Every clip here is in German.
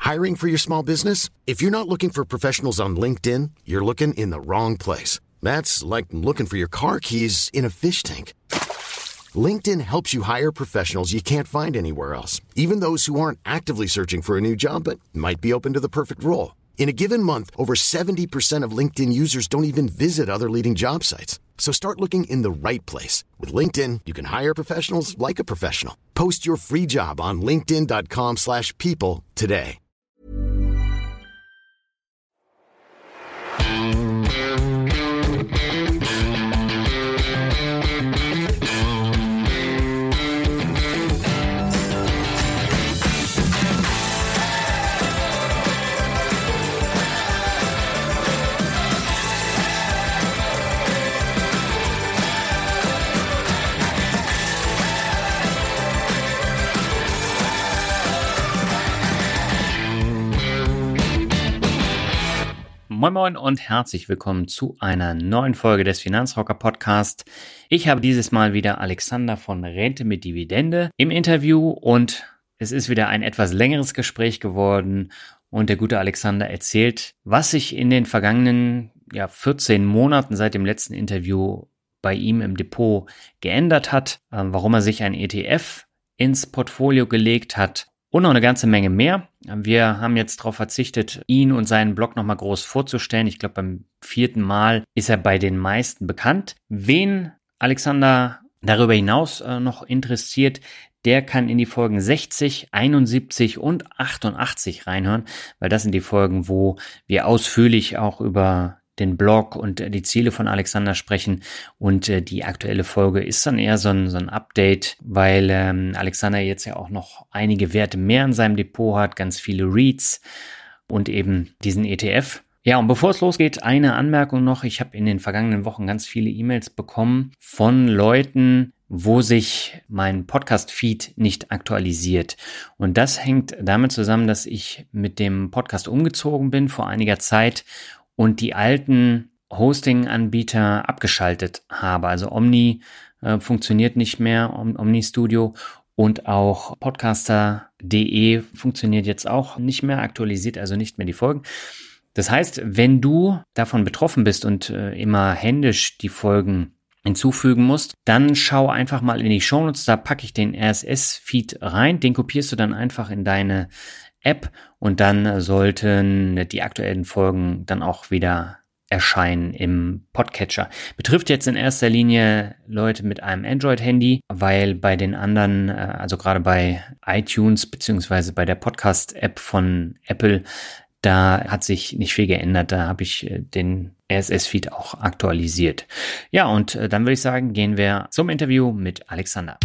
Hiring for your small business? If you're not looking for professionals on LinkedIn, you're looking in the wrong place. That's like looking for your car keys in a fish tank. LinkedIn helps you hire professionals you can't find anywhere else, even those who aren't actively searching for a new job but might be open to the perfect role. In a given month, over 70% of LinkedIn users don't even visit other leading job sites. So start looking in the right place. With LinkedIn, you can hire professionals like a professional. Post your free job on linkedin.com/people today. Moin Moin und herzlich willkommen zu einer neuen Folge des Finanzrocker Podcast. Ich habe dieses Mal wieder Alexander von Rente mit Dividende im Interview und es ist wieder ein etwas längeres Gespräch geworden und der gute Alexander erzählt, was sich in den vergangenen 14 Monaten seit dem letzten Interview bei ihm im Depot geändert hat, warum er sich ein ETF ins Portfolio gelegt hat. Und noch eine ganze Menge mehr. Wir haben jetzt darauf verzichtet, ihn und seinen Blog nochmal groß vorzustellen. Ich glaube, beim 4. Mal ist er bei den meisten bekannt. Wen Alexander darüber hinaus noch interessiert, der kann in die Folgen 60, 71 und 88 reinhören, weil das sind die Folgen, wo wir ausführlich auch über den Blog und die Ziele von Alexander sprechen und die aktuelle Folge ist dann eher so ein Update, weil Alexander jetzt ja auch noch einige Werte mehr in seinem Depot hat, ganz viele REITs und eben diesen ETF. Ja, und bevor es losgeht, eine Anmerkung noch. Ich habe in den vergangenen Wochen ganz viele E-Mails bekommen von Leuten, wo sich mein Podcast-Feed nicht aktualisiert. Und das hängt damit zusammen, dass ich mit dem Podcast umgezogen bin vor einiger Zeit und die alten Hosting-Anbieter abgeschaltet habe. Also Omny funktioniert nicht mehr, Omny Studio, und auch podcaster.de funktioniert jetzt auch nicht mehr, aktualisiert also nicht mehr die Folgen. Das heißt, wenn du davon betroffen bist und immer händisch die Folgen hinzufügen musst, dann schau einfach mal in die Shownotes, da packe ich den RSS-Feed rein, den kopierst du dann einfach in deine App und dann sollten die aktuellen Folgen dann auch wieder erscheinen im Podcatcher. Betrifft jetzt in erster Linie Leute mit einem Android-Handy, weil bei den anderen, also gerade bei iTunes beziehungsweise bei der Podcast-App von Apple, da hat sich nicht viel geändert. Da habe ich den RSS-Feed auch aktualisiert. Ja, und dann würde ich sagen, gehen wir zum Interview mit Alexander.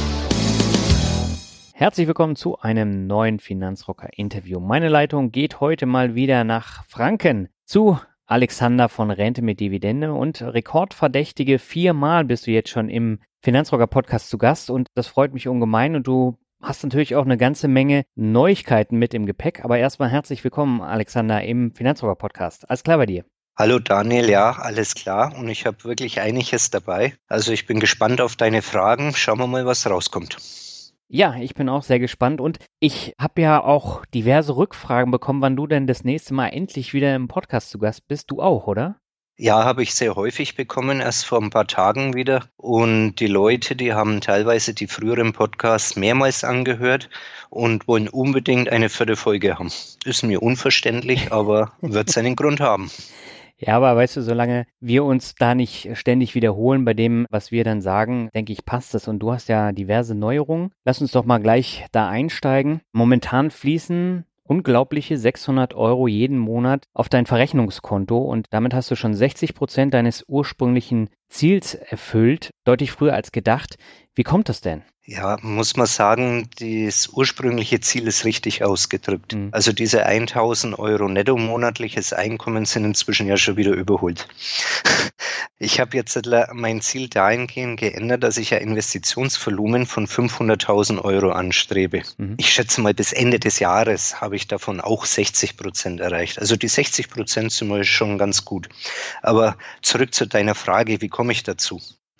Herzlich willkommen zu einem neuen Finanzrocker-Interview. Meine Leitung geht heute mal wieder nach Franken zu Alexander von Rente mit Dividende und rekordverdächtige 4 Mal bist du jetzt schon im Finanzrocker-Podcast zu Gast und das freut mich ungemein und du hast natürlich auch eine ganze Menge Neuigkeiten mit im Gepäck, aber erstmal herzlich willkommen, Alexander, im Finanzrocker-Podcast. Alles klar bei dir? Hallo Daniel, ja, alles klar und ich habe wirklich einiges dabei. Also ich bin gespannt auf deine Fragen. Schauen wir mal, was rauskommt. Ja, ich bin auch sehr gespannt und ich habe ja auch diverse Rückfragen bekommen, wann du denn das nächste Mal endlich wieder im Podcast zu Gast bist. Du auch, oder? Ja, habe ich sehr häufig bekommen, erst vor ein paar Tagen wieder. Und die Leute, die haben teilweise die früheren Podcasts mehrmals angehört und wollen unbedingt eine 4. Folge haben. Ist mir unverständlich, aber wird seinen Grund haben. Ja, aber weißt du, solange wir uns da nicht ständig wiederholen bei dem, was wir dann sagen, denke ich, passt es. Und du hast ja diverse Neuerungen. Lass uns doch mal gleich da einsteigen. Momentan fließen unglaubliche 600 € jeden Monat auf dein Verrechnungskonto und damit hast du schon 60% deines ursprünglichen Ziels erfüllt, deutlich früher als gedacht. Wie kommt das denn? Ja, muss man sagen, das ursprüngliche Ziel ist richtig ausgedrückt. Also diese 1.000 € netto monatliches Einkommen sind inzwischen ja schon wieder überholt. Ich habe jetzt mein Ziel dahingehend geändert, dass ich ein Investitionsvolumen von 500.000 € anstrebe. Ich schätze mal, bis Ende des Jahres habe ich davon auch 60% erreicht. Also die 60% sind mal schon ganz gut. Aber zurück zu deiner Frage, wie komme ich dazu?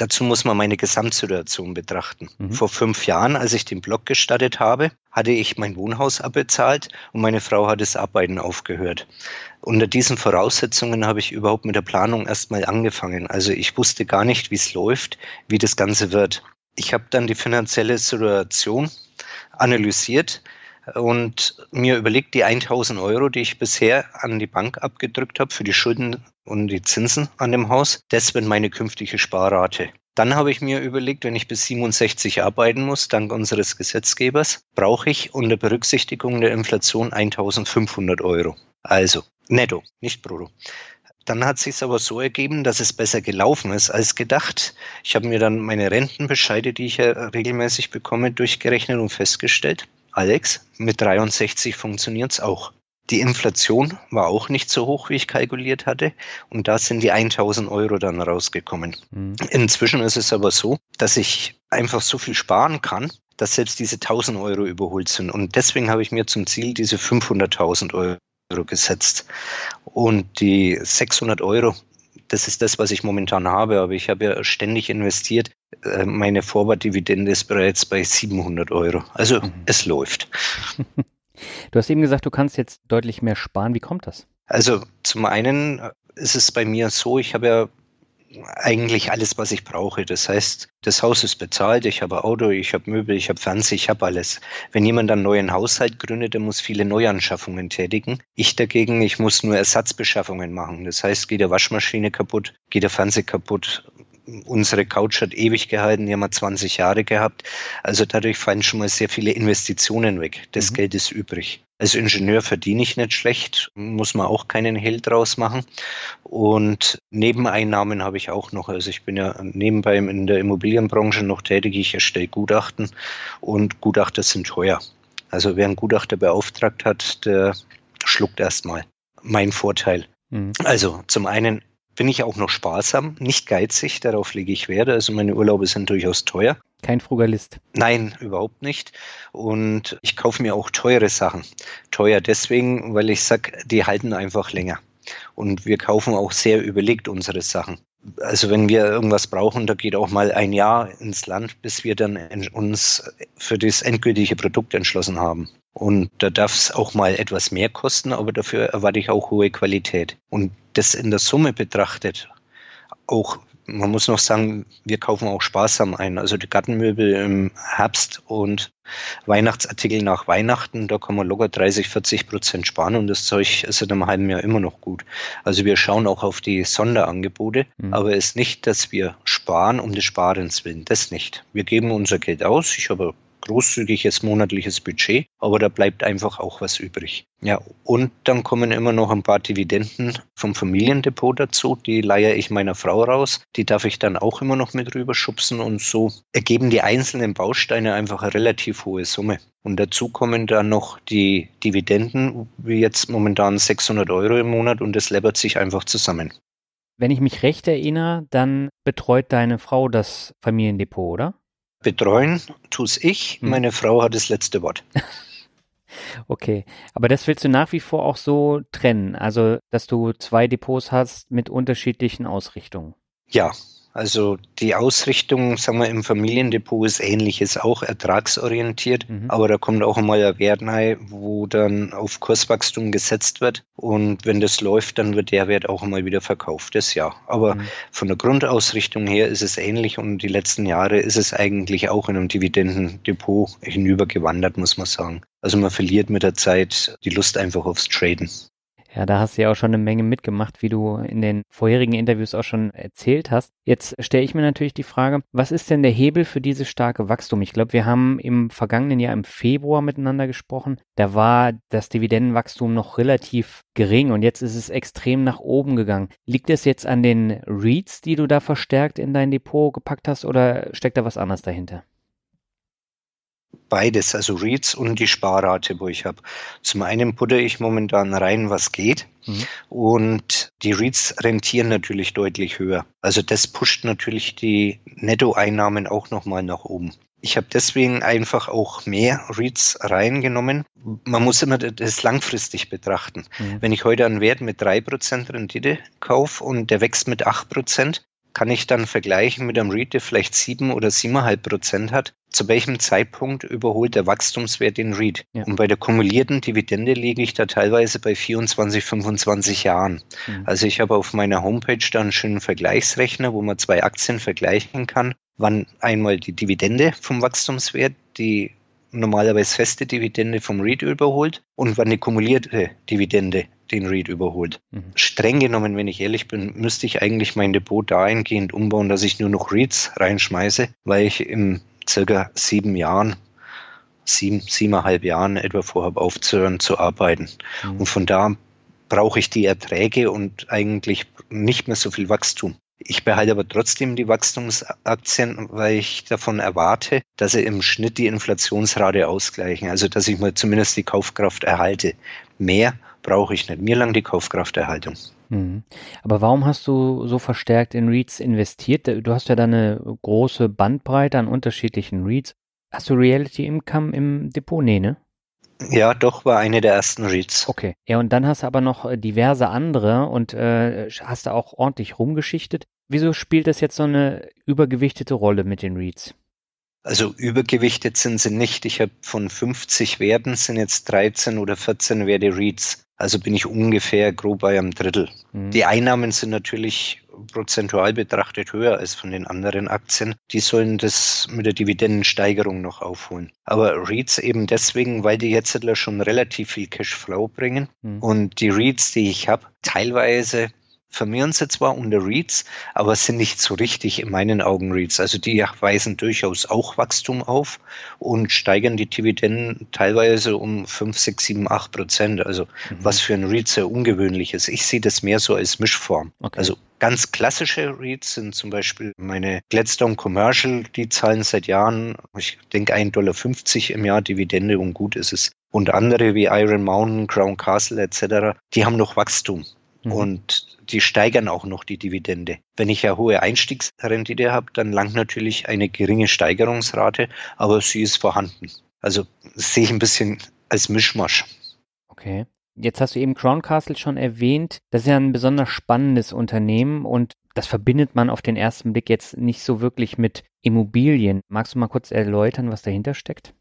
Dazu muss man meine Gesamtsituation betrachten. Vor 5 Jahren, als ich den Blog gestartet habe, hatte ich mein Wohnhaus abbezahlt und meine Frau hat das Arbeiten aufgehört. Unter diesen Voraussetzungen habe ich überhaupt mit der Planung erstmal angefangen. Also ich wusste gar nicht, wie es läuft, wie das Ganze wird. Ich habe dann die finanzielle Situation analysiert und mir überlegt, die 1.000 Euro, die ich bisher an die Bank abgedrückt habe für die Schulden und die Zinsen an dem Haus, das wird meine künftige Sparrate. Dann habe ich mir überlegt, wenn ich bis 67 arbeiten muss, dank unseres Gesetzgebers, brauche ich unter Berücksichtigung der Inflation 1.500 Euro. Also netto, nicht brutto. Dann hat es sich aber so ergeben, dass es besser gelaufen ist als gedacht. Ich habe mir dann meine Rentenbescheide, die ich ja regelmäßig bekomme, durchgerechnet und festgestellt, Alex, mit 63 funktioniert es auch. Die Inflation war auch nicht so hoch, wie ich kalkuliert hatte. Und da sind die 1.000 Euro dann rausgekommen. Inzwischen ist es aber so, dass ich einfach so viel sparen kann, dass selbst diese 1.000 Euro überholt sind. Und deswegen habe ich mir zum Ziel diese 500.000 Euro gesetzt. Und die 600 Euro, das ist das, was ich momentan habe. Aber ich habe ja ständig investiert. Meine Vorwartdividende ist bereits bei 700 Euro. Also es läuft. Du hast eben gesagt, du kannst jetzt deutlich mehr sparen. Wie kommt das? Also zum einen ist es bei mir so, ich habe ja eigentlich alles, was ich brauche. Das heißt, das Haus ist bezahlt, ich habe ein Auto, ich habe Möbel, ich habe Fernseher, ich habe alles. Wenn jemand einen neuen Haushalt gründet, der muss viele Neuanschaffungen tätigen. Ich dagegen, ich muss nur Ersatzbeschaffungen machen. Das heißt, geht der Waschmaschine kaputt, geht der Fernseher kaputt. Unsere Couch hat ewig gehalten, die haben wir 20 Jahre gehabt. Also dadurch fallen schon mal sehr viele Investitionen weg. Das Geld ist übrig. Als Ingenieur verdiene ich nicht schlecht, muss man auch keinen Hehl draus machen. Und Nebeneinnahmen habe ich auch noch. Also ich bin ja nebenbei in der Immobilienbranche noch tätig. Ich erstelle Gutachten und Gutachter sind teuer. Also wer einen Gutachter beauftragt hat, der schluckt erstmal. Mein Vorteil. Also zum einen bin ich auch noch sparsam, nicht geizig, darauf lege ich Wert. Also meine Urlaube sind durchaus teuer. Kein Frugalist. Nein, überhaupt nicht. Und ich kaufe mir auch teure Sachen. Teuer deswegen, weil ich sage, die halten einfach länger. Und wir kaufen auch sehr überlegt unsere Sachen. Also wenn wir irgendwas brauchen, da geht auch mal ein Jahr ins Land, bis wir dann uns für das endgültige Produkt entschlossen haben. Und da darf es auch mal etwas mehr kosten, aber dafür erwarte ich auch hohe Qualität. Und das in der Summe betrachtet, auch, man muss noch sagen, wir kaufen auch sparsam ein. Also die Gartenmöbel im Herbst und Weihnachtsartikel nach Weihnachten, da kann man locker 30-40% sparen und das Zeug ist in einem halben Jahr immer noch gut. Also wir schauen auch auf die Sonderangebote, aber es ist nicht, dass wir sparen um des Sparens willen, das nicht. Wir geben unser Geld aus, ich habe großzügiges monatliches Budget, aber da bleibt einfach auch was übrig. Ja, und dann kommen immer noch ein paar Dividenden vom Familiendepot dazu, die leihe ich meiner Frau raus, die darf ich dann auch immer noch mit rüber schubsen und so ergeben die einzelnen Bausteine einfach eine relativ hohe Summe. Und dazu kommen dann noch die Dividenden, wie jetzt momentan 600 Euro im Monat und das läppert sich einfach zusammen. Wenn ich mich recht erinnere, dann betreut deine Frau das Familiendepot, oder? Betreuen tu's ich, meine Frau hat das letzte Wort. Okay, aber das willst du nach wie vor auch so trennen, also dass du 2 Depots hast mit unterschiedlichen Ausrichtungen? Ja, also die Ausrichtung, sagen wir, im Familiendepot ist ähnlich, ist auch ertragsorientiert, aber da kommt auch einmal ein Wert rein, wo dann auf Kurswachstum gesetzt wird und wenn das läuft, dann wird der Wert auch einmal wieder verkauft, das ja. Aber von der Grundausrichtung her ist es ähnlich und die letzten Jahre ist es eigentlich auch in einem Dividendendepot hinübergewandert, muss man sagen. Also man verliert mit der Zeit die Lust einfach aufs Traden. Ja, da hast du ja auch schon eine Menge mitgemacht, wie du in den vorherigen Interviews auch schon erzählt hast. Jetzt stelle ich mir natürlich die Frage, was ist denn der Hebel für dieses starke Wachstum? Ich glaube, wir haben im vergangenen Jahr im Februar miteinander gesprochen. Da war das Dividendenwachstum noch relativ gering und jetzt ist es extrem nach oben gegangen. Liegt es jetzt an den REITs, die du da verstärkt in dein Depot gepackt hast oder steckt da was anderes dahinter? Beides, also REITs und die Sparrate, wo ich habe. Zum einen putter ich momentan rein, was geht. Und die REITs rentieren natürlich deutlich höher. Also das pusht natürlich die Nettoeinnahmen auch nochmal nach oben. Ich habe deswegen einfach auch mehr REITs reingenommen. Man muss immer das langfristig betrachten. Wenn ich heute einen Wert mit 3% Rendite kaufe und der wächst mit 8%, kann ich dann vergleichen mit einem REIT, der vielleicht 7 oder 7,5% hat. Zu welchem Zeitpunkt überholt der Wachstumswert den REIT? Ja. Und bei der kumulierten Dividende liege ich da teilweise bei 24, 25 Jahren. Also ich habe auf meiner Homepage da einen schönen Vergleichsrechner, wo man 2 Aktien vergleichen kann, wann einmal die Dividende vom Wachstumswert, die normalerweise feste Dividende vom REIT überholt und wann die kumulierte Dividende den REIT überholt. Streng genommen, wenn ich ehrlich bin, müsste ich eigentlich mein Depot dahingehend umbauen, dass ich nur noch REITs reinschmeiße, weil ich in circa 7,5 Jahren etwa vorhabe aufzuhören zu arbeiten. Und von da brauche ich die Erträge und eigentlich nicht mehr so viel Wachstum. Ich behalte aber trotzdem die Wachstumsaktien, weil ich davon erwarte, dass sie im Schnitt die Inflationsrate ausgleichen. Also dass ich mal zumindest die Kaufkraft erhalte. Mehr brauche ich nicht. Mir lang die Kaufkrafterhaltung. Aber warum hast du so verstärkt in REITs investiert? Du hast ja da eine große Bandbreite an unterschiedlichen REITs. Hast du Realty Income im Depot? Nee, ne? Ja, doch, war eine der ersten REITs. Okay. Ja, und dann hast du aber noch diverse andere und hast da auch ordentlich rumgeschichtet. Wieso spielt das jetzt so eine übergewichtete Rolle mit den REITs? Also übergewichtet sind sie nicht. Ich habe von 50 Werten sind jetzt 13 oder 14 Werte REITs. Also bin ich ungefähr grob bei einem Drittel. Die Einnahmen sind natürlich prozentual betrachtet höher als von den anderen Aktien. Die sollen das mit der Dividendensteigerung noch aufholen. Aber REITs eben deswegen, weil die jetzt schon relativ viel Cashflow bringen. Und die REITs, die ich habe, teilweise vermehren sie zwar unter REITs, aber sind nicht so richtig in meinen Augen REITs. Also die weisen durchaus auch Wachstum auf und steigern die Dividenden teilweise um 5, 6, 7, 8%. Also was für ein REIT sehr ungewöhnlich ist. Ich sehe das mehr so als Mischform. Okay. Also ganz klassische REITs sind zum Beispiel meine Gladstone Commercial, die zahlen seit Jahren, ich denke, $1,50 im Jahr Dividende und gut ist es. Und andere wie Iron Mountain, Crown Castle etc., die haben noch Wachstum. Und die steigern auch noch die Dividende. Wenn ich ja hohe Einstiegsrendite habe, dann langt natürlich eine geringe Steigerungsrate, aber sie ist vorhanden. Also das sehe ich ein bisschen als Mischmasch. Okay. Jetzt hast du eben Crown Castle schon erwähnt. Das ist ja ein besonders spannendes Unternehmen und das verbindet man auf den ersten Blick jetzt nicht so wirklich mit Immobilien. Magst du mal kurz erläutern, was dahinter steckt?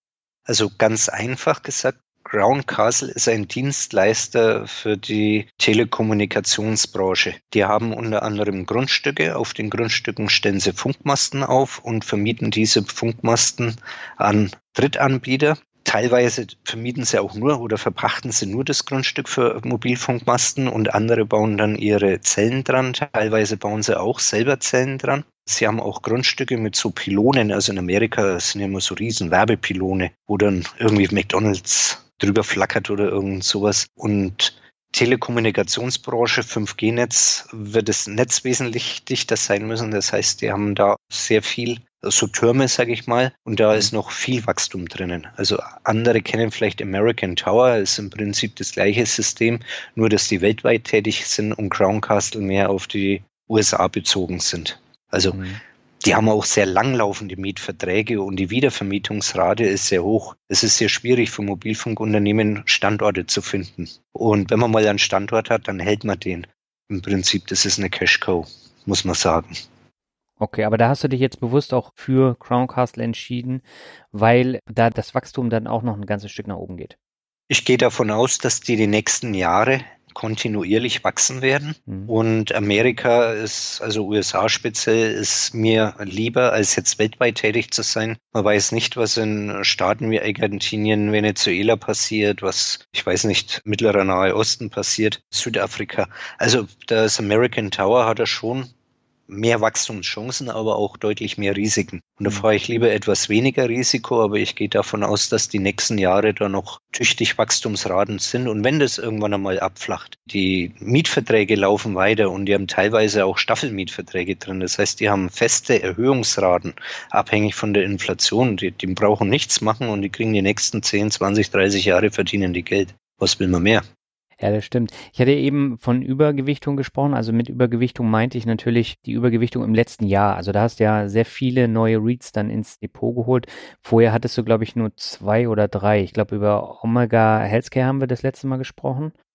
Also ganz einfach gesagt, Crown Castle ist ein Dienstleister für die Telekommunikationsbranche. Die haben unter anderem Grundstücke. Auf den Grundstücken stellen sie Funkmasten auf und vermieten diese Funkmasten an Drittanbieter. Teilweise vermieten sie auch nur oder verpachten sie nur das Grundstück für Mobilfunkmasten und andere bauen dann ihre Zellen dran. Teilweise bauen sie auch selber Zellen dran. Sie haben auch Grundstücke mit so Pylonen. Also in Amerika sind ja immer so riesen Werbepylone, wo dann irgendwie McDonald's drüber flackert oder irgend sowas. Und Telekommunikationsbranche, 5G-Netz, wird das Netz wesentlich dichter sein müssen. Das heißt, die haben da sehr viel, so Türme, sage ich mal, und da ist noch viel Wachstum drinnen. Also andere kennen vielleicht American Tower, ist im Prinzip das gleiche System, nur dass die weltweit tätig sind und Crown Castle mehr auf die USA bezogen sind. Also die haben auch sehr langlaufende Mietverträge und die Wiedervermietungsrate ist sehr hoch. Es ist sehr schwierig für Mobilfunkunternehmen, Standorte zu finden. Und wenn man mal einen Standort hat, dann hält man den. Im Prinzip, das ist eine Cash-Cow, muss man sagen. Okay, aber da hast du dich jetzt bewusst auch für Crown Castle entschieden, weil da das Wachstum dann auch noch ein ganzes Stück nach oben geht. Ich gehe davon aus, dass die nächsten Jahre kontinuierlich wachsen werden. Und Amerika ist, also USA speziell, ist mir lieber, als jetzt weltweit tätig zu sein. Man weiß nicht, was in Staaten wie Argentinien, Venezuela passiert, was, ich weiß nicht, Mittlerer Nahe Osten passiert, Südafrika. Also das American Tower hat er schon mehr Wachstumschancen, aber auch deutlich mehr Risiken. Und da fahre ich lieber etwas weniger Risiko, aber ich gehe davon aus, dass die nächsten Jahre da noch tüchtig Wachstumsraten sind. Und wenn das irgendwann einmal abflacht, die Mietverträge laufen weiter und die haben teilweise auch Staffelmietverträge drin. Das heißt, die haben feste Erhöhungsraten, abhängig von der Inflation. Die brauchen nichts machen und die kriegen die nächsten 10, 20, 30 Jahre verdienen die Geld. Was will man mehr? Ja, das stimmt. Ich hatte eben von Übergewichtung gesprochen. Also mit Übergewichtung meinte ich natürlich die Übergewichtung im letzten Jahr. Also da hast du ja sehr viele neue REITs dann ins Depot geholt. Vorher hattest du, glaube ich, nur 2 oder 3. Ich glaube, über Omega Healthcare haben wir das letzte Mal gesprochen.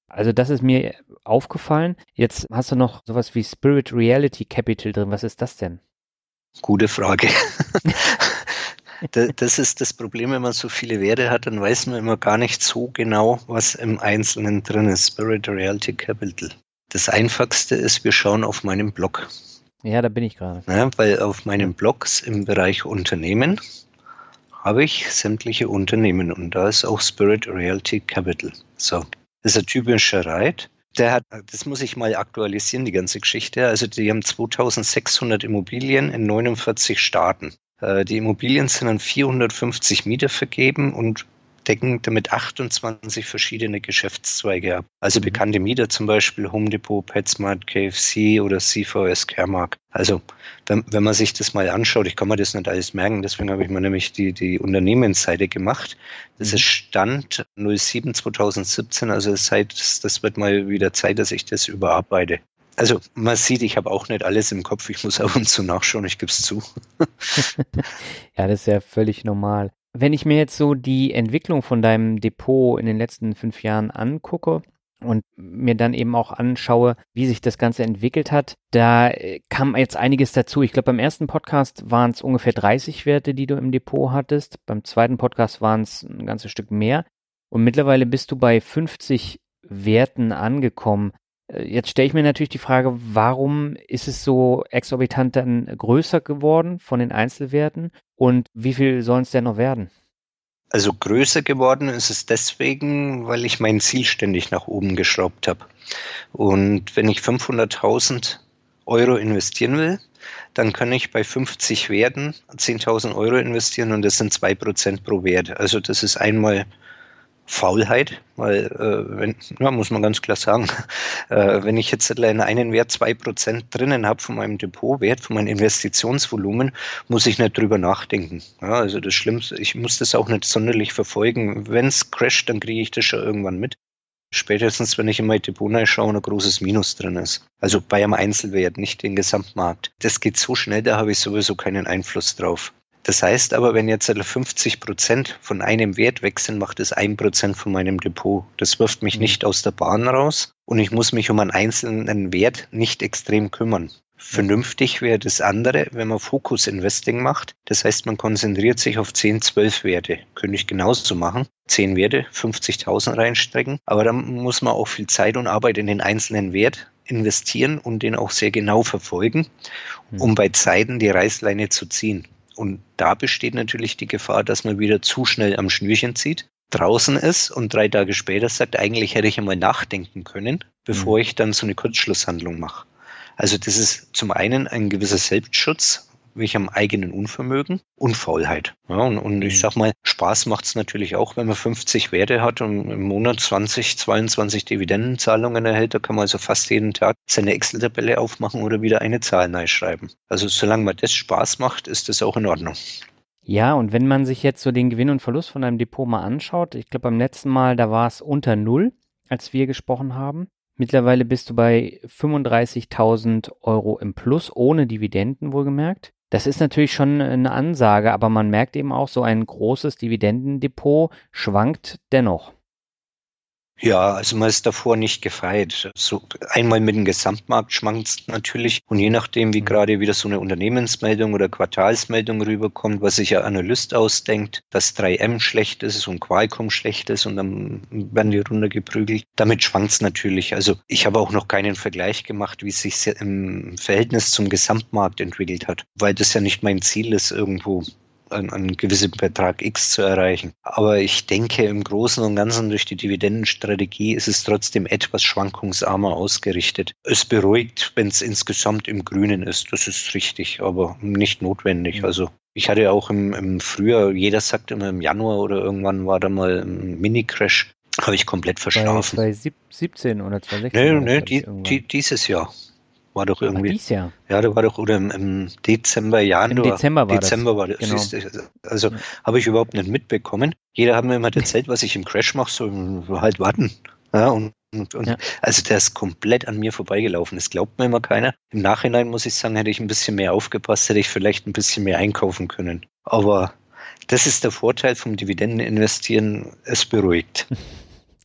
Also das ist mir aufgefallen. Jetzt hast du noch sowas wie Spirit Reality Capital drin. Was ist das denn? Gute Frage. Das ist das Problem, wenn man so viele Werte hat, dann weiß man immer gar nicht so genau, was im Einzelnen drin ist. Spirit Reality Capital. Das Einfachste ist, wir schauen auf meinem Blog. Ja, da bin ich gerade. Ja, weil auf meinen Blogs im Bereich Unternehmen habe ich sämtliche Unternehmen und da ist auch Spirit Realty Capital. So, das ist ein typischer Reit. Das muss ich mal aktualisieren, die ganze Geschichte. Also die haben 2600 Immobilien in 49 Staaten. Die Immobilien sind an 450 Mieter vergeben und decken damit 28 verschiedene Geschäftszweige ab. Also bekannte Mieter zum Beispiel Home Depot, PetSmart, KFC oder CVS Caremark. Also wenn man sich das mal anschaut, ich kann mir das nicht alles merken, deswegen habe ich mir nämlich die Unternehmensseite gemacht. Das ist Stand 07/2017, also das wird mal wieder Zeit, dass ich das überarbeite. Also man sieht, ich habe auch nicht alles im Kopf, ich muss ab und zu nachschauen, ich gebe es zu. Ja, das ist ja völlig normal. Wenn ich mir jetzt so die Entwicklung von deinem Depot in den letzten 5 Jahren angucke und mir dann eben auch anschaue, wie sich das Ganze entwickelt hat, da kam jetzt einiges dazu. Ich glaube, beim ersten Podcast waren es ungefähr 30 Werte, die du im Depot hattest. Beim zweiten Podcast waren es ein ganzes Stück mehr. Und mittlerweile bist du bei 50 Werten angekommen. Jetzt stelle ich mir natürlich die Frage, warum ist es so exorbitant dann größer geworden von den Einzelwerten und wie viel sollen es denn noch werden? Also größer geworden ist es deswegen, weil ich mein Ziel ständig nach oben geschraubt habe. Und wenn ich 500.000 Euro investieren will, dann kann ich bei 50 Werten 10.000 Euro investieren und das sind 2% pro Wert. Also das ist einmal Faulheit, weil, muss man ganz klar sagen, wenn ich jetzt in einen Wert 2% drinnen habe von meinem Depotwert, von meinem Investitionsvolumen, muss ich nicht drüber nachdenken. Ja, also das Schlimmste, ich muss das auch nicht sonderlich verfolgen. Wenn es crasht, dann kriege ich das schon irgendwann mit. Spätestens, wenn ich in mein Depot schaue und ein großes Minus drin ist. Also bei einem Einzelwert, nicht den Gesamtmarkt. Das geht so schnell, da habe ich sowieso keinen Einfluss drauf. Das heißt aber, wenn jetzt 50% von einem Wert weg sind, macht es 1% von meinem Depot. Das wirft mich nicht aus der Bahn raus und ich muss mich um einen einzelnen Wert nicht extrem kümmern. Vernünftig wäre das andere, wenn man Fokus-Investing macht. Das heißt, man konzentriert sich auf 10, 12 Werte. Könnte ich genauso machen. 10 Werte, 50.000 reinstecken. Aber dann muss man auch viel Zeit und Arbeit in den einzelnen Wert investieren und den auch sehr genau verfolgen, um bei Zeiten die Reißleine zu ziehen. Und da besteht natürlich die Gefahr, dass man wieder zu schnell am Schnürchen zieht, draußen ist und 3 Tage später sagt, eigentlich hätte ich einmal nachdenken können, bevor ich dann so eine Kurzschlusshandlung mache. Also das ist zum einen ein gewisser Selbstschutz, welcher am eigenen Unvermögen und Faulheit. Ja, und ich sag mal, Spaß macht es natürlich auch, wenn man 50 Werte hat und im Monat 20, 22 Dividendenzahlungen erhält. Da kann man also fast jeden Tag seine Excel-Tabelle aufmachen oder wieder eine Zahl neu schreiben. Also solange man das Spaß macht, ist das auch in Ordnung. Ja, und wenn man sich jetzt so den Gewinn und Verlust von einem Depot mal anschaut, ich glaube beim letzten Mal, da war es unter 0, als wir gesprochen haben. Mittlerweile bist du bei 35.000 Euro im Plus, ohne Dividenden wohlgemerkt. Das ist natürlich schon eine Ansage, aber man merkt eben auch, so ein großes Dividendendepot schwankt dennoch. Ja, also man ist davor nicht gefeit. So einmal mit dem Gesamtmarkt schwankt es natürlich und je nachdem, wie gerade wieder so eine Unternehmensmeldung oder Quartalsmeldung rüberkommt, was sich ja Analyst ausdenkt, dass 3M schlecht ist und Qualcomm schlecht ist und dann werden die runtergeprügelt. Damit schwankt es natürlich. Also ich habe auch noch keinen Vergleich gemacht, wie es sich im Verhältnis zum Gesamtmarkt entwickelt hat, weil das ja nicht mein Ziel ist, irgendwo einen gewissen Betrag X zu erreichen. Aber ich denke, im Großen und Ganzen durch die Dividendenstrategie ist es trotzdem etwas schwankungsarmer ausgerichtet. Es beruhigt, wenn es insgesamt im Grünen ist, das ist richtig, aber nicht notwendig. Also ich hatte auch im Frühjahr, jeder sagt immer im Januar oder irgendwann war da mal ein Mini-Crash, habe ich komplett verschlafen. 2017 oder 2016? Nee, dieses Jahr. War doch irgendwie. Dieses Jahr? Ja, da war doch, oder im Dezember, Januar. Im Dezember war das. Genau. Also habe ich überhaupt nicht mitbekommen. Jeder hat mir immer erzählt, was ich im Crash mache, so halt warten. Ja, und also der ist komplett an mir vorbeigelaufen. Das glaubt mir immer keiner. Im Nachhinein muss ich sagen, hätte ich ein bisschen mehr aufgepasst, hätte ich vielleicht ein bisschen mehr einkaufen können. Aber das ist der Vorteil vom Dividendeninvestieren, es beruhigt.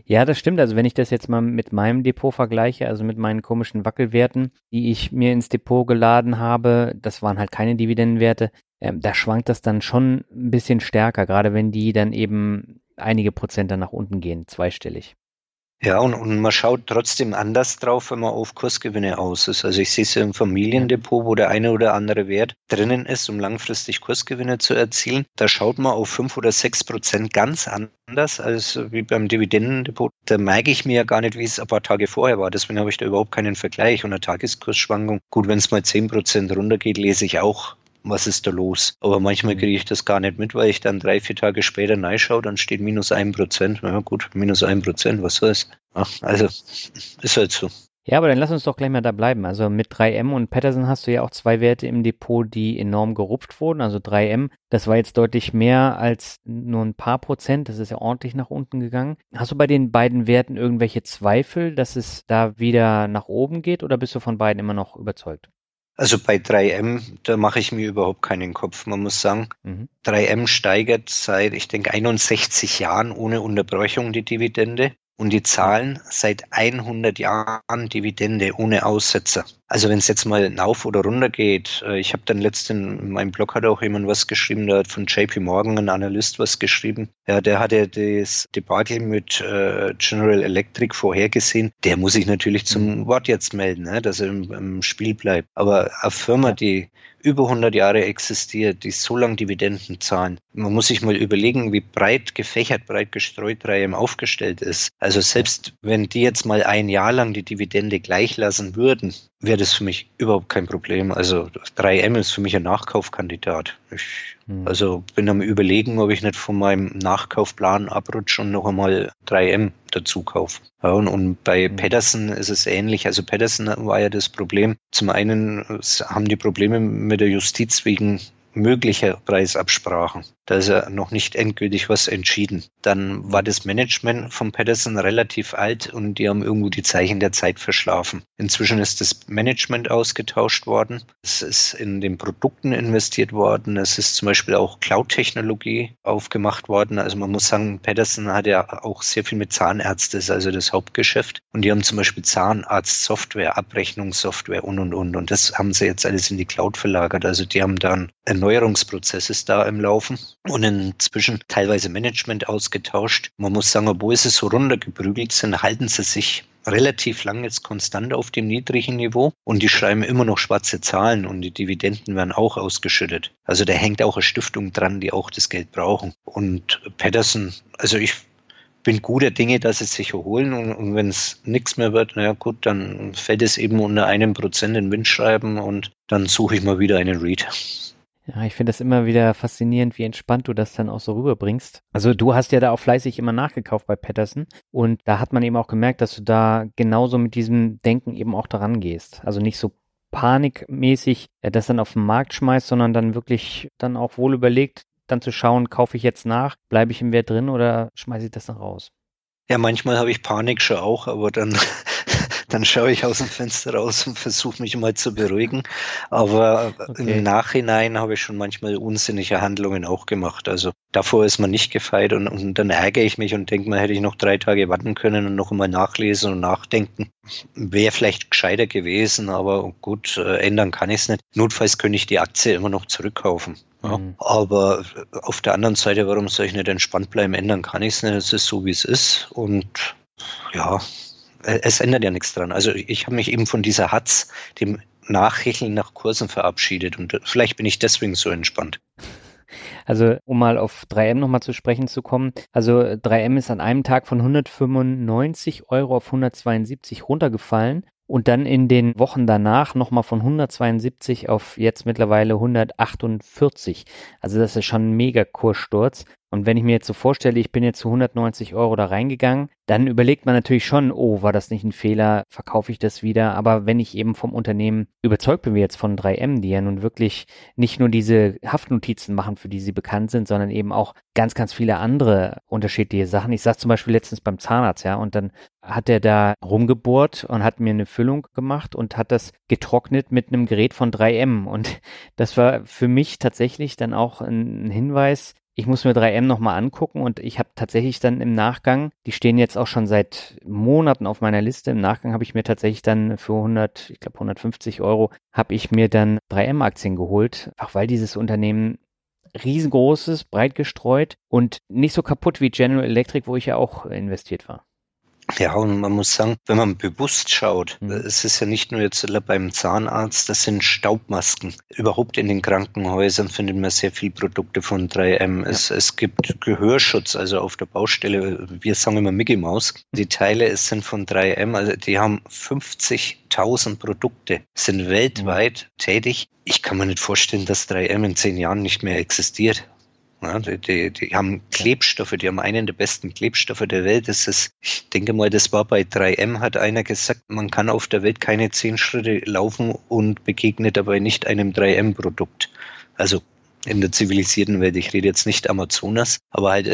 Ja, das stimmt. Also wenn ich das jetzt mal mit meinem Depot vergleiche, also mit meinen komischen Wackelwerten, die ich mir ins Depot geladen habe, das waren halt keine Dividendenwerte, da schwankt das dann schon ein bisschen stärker, gerade wenn die dann eben einige Prozent dann nach unten gehen, zweistellig. Ja, und man schaut trotzdem anders drauf, wenn man auf Kursgewinne aus ist. Also ich sehe es ja im Familiendepot, wo der eine oder andere Wert drinnen ist, um langfristig Kursgewinne zu erzielen. Da schaut man auf 5 oder 6% ganz anders als wie beim Dividendendepot. Da merke ich mir ja gar nicht, wie es ein paar Tage vorher war. Deswegen habe ich da überhaupt keinen Vergleich. Und eine Tageskursschwankung, gut, wenn es mal 10% runtergeht, lese ich auch, was ist da los? Aber manchmal kriege ich das gar nicht mit, weil ich dann 3, 4 Tage später reinschaue, dann steht minus 1%. Na gut, minus 1%, was soll's? Ja, also, ist halt so. Ja, aber dann lass uns doch gleich mal da bleiben. Also mit 3M und Peterson hast du ja auch zwei Werte im Depot, die enorm gerupft wurden. Also 3M, das war jetzt deutlich mehr als nur ein paar Prozent. Das ist ja ordentlich nach unten gegangen. Hast du bei den beiden Werten irgendwelche Zweifel, dass es da wieder nach oben geht, oder bist du von beiden immer noch überzeugt? Also bei 3M, da mache ich mir überhaupt keinen Kopf. Man muss sagen, 3M steigert seit, ich denke, 61 Jahren ohne Unterbrechung die Dividende. Und die zahlen seit 100 Jahren Dividende ohne Aussetzer. Also wenn es jetzt mal rauf oder runter geht, ich habe dann letztens in meinem Blog hat auch jemand was geschrieben, da hat von JP Morgan ein Analyst was geschrieben. Ja, der hat ja das Debakel mit General Electric vorhergesehen. Der muss sich natürlich zum Wort jetzt melden, ne, dass er im Spiel bleibt. Aber eine Firma, die über 100 Jahre existiert, die so lange Dividenden zahlen. Man muss sich mal überlegen, wie breit gefächert, breit gestreut 3M aufgestellt ist. Also selbst wenn die jetzt mal ein Jahr lang die Dividende gleich lassen würden, wäre das für mich überhaupt kein Problem. Also 3M ist für mich ein Nachkaufkandidat. Also bin am Überlegen, ob ich nicht von meinem Nachkaufplan abrutsche und noch einmal 3M dazu kaufe. Ja, und bei Peterson ist es ähnlich. Also Peterson war ja das Problem. Zum einen haben die Probleme mit der Justiz wegen möglicher Preisabsprachen. Da ist ja noch nicht endgültig was entschieden. Dann war das Management von Peterson relativ alt und die haben irgendwo die Zeichen der Zeit verschlafen. Inzwischen ist das Management ausgetauscht worden. Es ist in den Produkten investiert worden. Es ist zum Beispiel auch Cloud-Technologie aufgemacht worden. Also man muss sagen, Peterson hat ja auch sehr viel mit Zahnärzten, das ist also das Hauptgeschäft. Und die haben zum Beispiel Zahnarztsoftware, Abrechnungssoftware und. Und das haben sie jetzt alles in die Cloud verlagert. Also die haben dann Erneuerungsprozess ist da im Laufen und inzwischen teilweise Management ausgetauscht. Man muss sagen, obwohl sie so runtergeprügelt sind, halten sie sich relativ lang jetzt konstant auf dem niedrigen Niveau und die schreiben immer noch schwarze Zahlen und die Dividenden werden auch ausgeschüttet. Also da hängt auch eine Stiftung dran, die auch das Geld brauchen. Und Peterson, also ich bin guter Dinge, dass sie sich erholen und wenn es nichts mehr wird, naja gut, dann fällt es eben unter 1% in Windschreiben und dann suche ich mal wieder einen REIT. Ja, ich finde das immer wieder faszinierend, wie entspannt du das dann auch so rüberbringst. Also du hast ja da auch fleißig immer nachgekauft bei Peterson und da hat man eben auch gemerkt, dass du da genauso mit diesem Denken eben auch daran gehst. Also nicht so panikmäßig das dann auf den Markt schmeißt, sondern dann wirklich dann auch wohl überlegt, dann zu schauen, kaufe ich jetzt nach, bleibe ich im Wert drin oder schmeiße ich das dann raus? Ja, manchmal habe ich Panik schon auch, aber dann schaue ich aus dem Fenster raus und versuche mich mal zu beruhigen. Aber im Nachhinein habe ich schon manchmal unsinnige Handlungen auch gemacht. Also davor ist man nicht gefeit und dann ärgere ich mich und denke mal, hätte ich noch 3 Tage warten können und noch einmal nachlesen und nachdenken. Wäre vielleicht gescheiter gewesen, aber gut, ändern kann ich es nicht. Notfalls könnte ich die Aktie immer noch zurückkaufen. Ja. Aber auf der anderen Seite, warum soll ich nicht entspannt bleiben? Ändern kann ich es nicht. Es ist so, wie es ist. Und ja, es ändert ja nichts dran. Also ich habe mich eben von dieser Hatz, dem Nachhecheln nach Kursen verabschiedet und vielleicht bin ich deswegen so entspannt. Also um mal auf 3M nochmal zu sprechen zu kommen, also 3M ist an einem Tag von 195 Euro auf 172 runtergefallen und dann in den Wochen danach nochmal von 172 auf jetzt mittlerweile 148. Also das ist schon ein mega Kurssturz. Und wenn ich mir jetzt so vorstelle, ich bin jetzt zu 190 Euro da reingegangen, dann überlegt man natürlich schon, oh, war das nicht ein Fehler, verkaufe ich das wieder? Aber wenn ich eben vom Unternehmen überzeugt bin, wie jetzt von 3M, die ja nun wirklich nicht nur diese Haftnotizen machen, für die sie bekannt sind, sondern eben auch ganz, ganz viele andere unterschiedliche Sachen. Ich saß zum Beispiel letztens beim Zahnarzt, ja, und dann hat er da rumgebohrt und hat mir eine Füllung gemacht und hat das getrocknet mit einem Gerät von 3M. Und das war für mich tatsächlich dann auch ein Hinweis, Ich muss mir 3M nochmal angucken und ich habe tatsächlich dann im Nachgang, die stehen jetzt auch schon seit Monaten auf meiner Liste, im Nachgang habe ich mir tatsächlich dann für 150 Euro, habe ich mir dann 3M-Aktien geholt, auch weil dieses Unternehmen riesengroßes, breit gestreut und nicht so kaputt wie General Electric, wo ich ja auch investiert war. Ja, und man muss sagen, wenn man bewusst schaut, es ist ja nicht nur jetzt beim Zahnarzt, das sind Staubmasken. Überhaupt in den Krankenhäusern findet man sehr viel Produkte von 3M. Ja. Es gibt Gehörschutz, also auf der Baustelle, wir sagen immer Mickey Mouse. Die Teile sind von 3M, also die haben 50.000 Produkte, sind weltweit tätig. Ich kann mir nicht vorstellen, dass 3M in 10 Jahren nicht mehr existiert. Ja, die haben Klebstoffe, die haben einen der besten Klebstoffe der Welt. Ich denke mal, das war bei 3M, hat einer gesagt, man kann auf der Welt keine 10 Schritte laufen und begegnet dabei nicht einem 3M-Produkt. Also in der zivilisierten Welt, ich rede jetzt nicht Amazonas, aber halt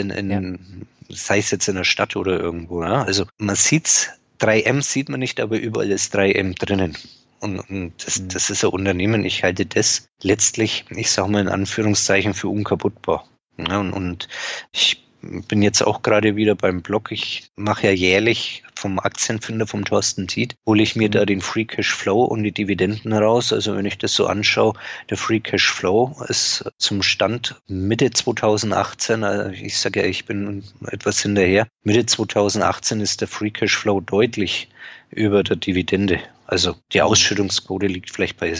sei es jetzt in der Stadt oder irgendwo. Ja? Also man sieht's, 3M sieht man nicht, aber überall ist 3M drinnen. Und das ist ein Unternehmen, ich halte das letztlich, ich sage mal in Anführungszeichen, für unkaputtbar. Ja, und ich bin jetzt auch gerade wieder beim Blog. Ich mache ja jährlich vom Aktienfinder, vom Thorsten Tiet, hole ich mir da den Free Cash Flow und die Dividenden raus. Also wenn ich das so anschaue, der Free Cash Flow ist zum Stand Mitte 2018, also ich sage ja, ich bin etwas hinterher, Mitte 2018 ist der Free Cash Flow deutlich über der Dividende. Also die Ausschüttungsquote liegt vielleicht bei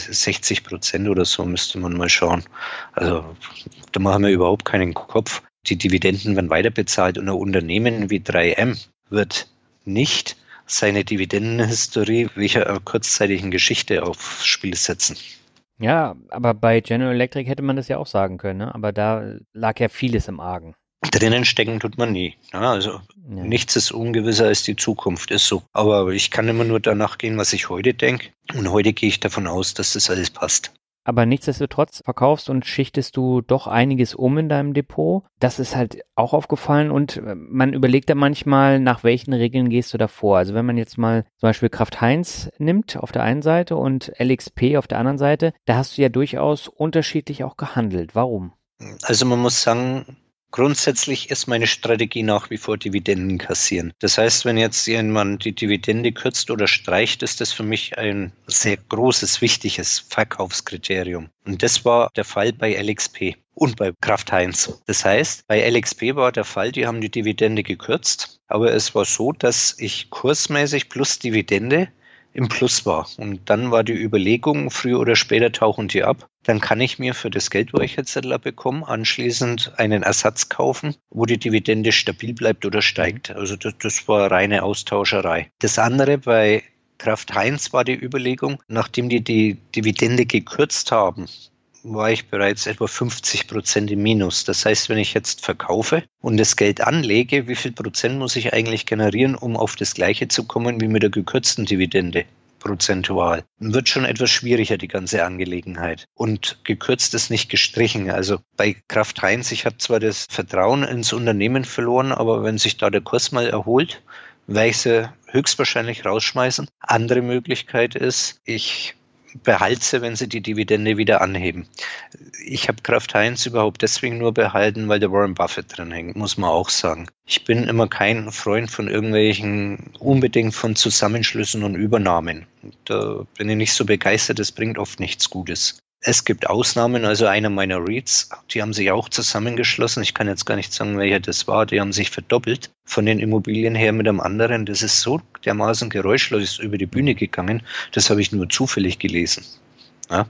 60% oder so, müsste man mal schauen. Also da machen wir überhaupt keinen Kopf. Die Dividenden werden weiterbezahlt und ein Unternehmen wie 3M wird nicht seine Dividendenhistorie wegen einer kurzzeitigen Geschichte aufs Spiel setzen. Ja, aber bei General Electric hätte man das ja auch sagen können, ne? Aber da lag ja vieles im Argen. Drinnen stecken tut man nie. Ja, also nichts ist ungewisser als die Zukunft, ist so. Aber ich kann immer nur danach gehen, was ich heute denke. Und heute gehe ich davon aus, dass das alles passt. Aber nichtsdestotrotz verkaufst und schichtest du doch einiges um in deinem Depot. Das ist halt auch aufgefallen und man überlegt da manchmal, nach welchen Regeln gehst du da vor. Also wenn man jetzt mal zum Beispiel Kraft Heinz nimmt auf der einen Seite und LXP auf der anderen Seite, da hast du ja durchaus unterschiedlich auch gehandelt. Warum? Also man muss sagen, grundsätzlich ist meine Strategie nach wie vor Dividenden kassieren. Das heißt, wenn jetzt jemand die Dividende kürzt oder streicht, ist das für mich ein sehr großes, wichtiges Verkaufskriterium. Und das war der Fall bei LXP und bei Kraft Heinz. Das heißt, bei LXP war der Fall, die haben die Dividende gekürzt, aber es war so, dass ich kursmäßig plus Dividende im Plus war. Und dann war die Überlegung, früher oder später tauchen die ab. Dann kann ich mir für das Geld, wo ich jetzt bekomme, anschließend einen Ersatz kaufen, wo die Dividende stabil bleibt oder steigt. Also das war reine Austauscherei. Das andere bei Kraft Heinz war die Überlegung, nachdem die Dividende gekürzt haben, war ich bereits etwa 50% im Minus. Das heißt, wenn ich jetzt verkaufe und das Geld anlege, wie viel Prozent muss ich eigentlich generieren, um auf das Gleiche zu kommen wie mit der gekürzten Dividende? Prozentual. Wird schon etwas schwieriger, die ganze Angelegenheit. Und gekürzt ist nicht gestrichen. Also bei Kraft Heinz, ich habe zwar das Vertrauen ins Unternehmen verloren, aber wenn sich da der Kurs mal erholt, werde ich sie höchstwahrscheinlich rausschmeißen. Andere Möglichkeit ist, ich behalte sie, wenn sie die Dividende wieder anheben. Ich habe Kraft Heinz überhaupt deswegen nur behalten, weil der Warren Buffett drin hängt, muss man auch sagen. Ich bin immer kein Freund von irgendwelchen, unbedingt von Zusammenschlüssen und Übernahmen. Da bin ich nicht so begeistert, das bringt oft nichts Gutes. Es gibt Ausnahmen, also einer meiner REITs, die haben sich auch zusammengeschlossen. Ich kann jetzt gar nicht sagen, welcher das war. Die haben sich verdoppelt von den Immobilien her mit einem anderen. Das ist so dermaßen geräuschlos über die Bühne gegangen. Das habe ich nur zufällig gelesen. Ja.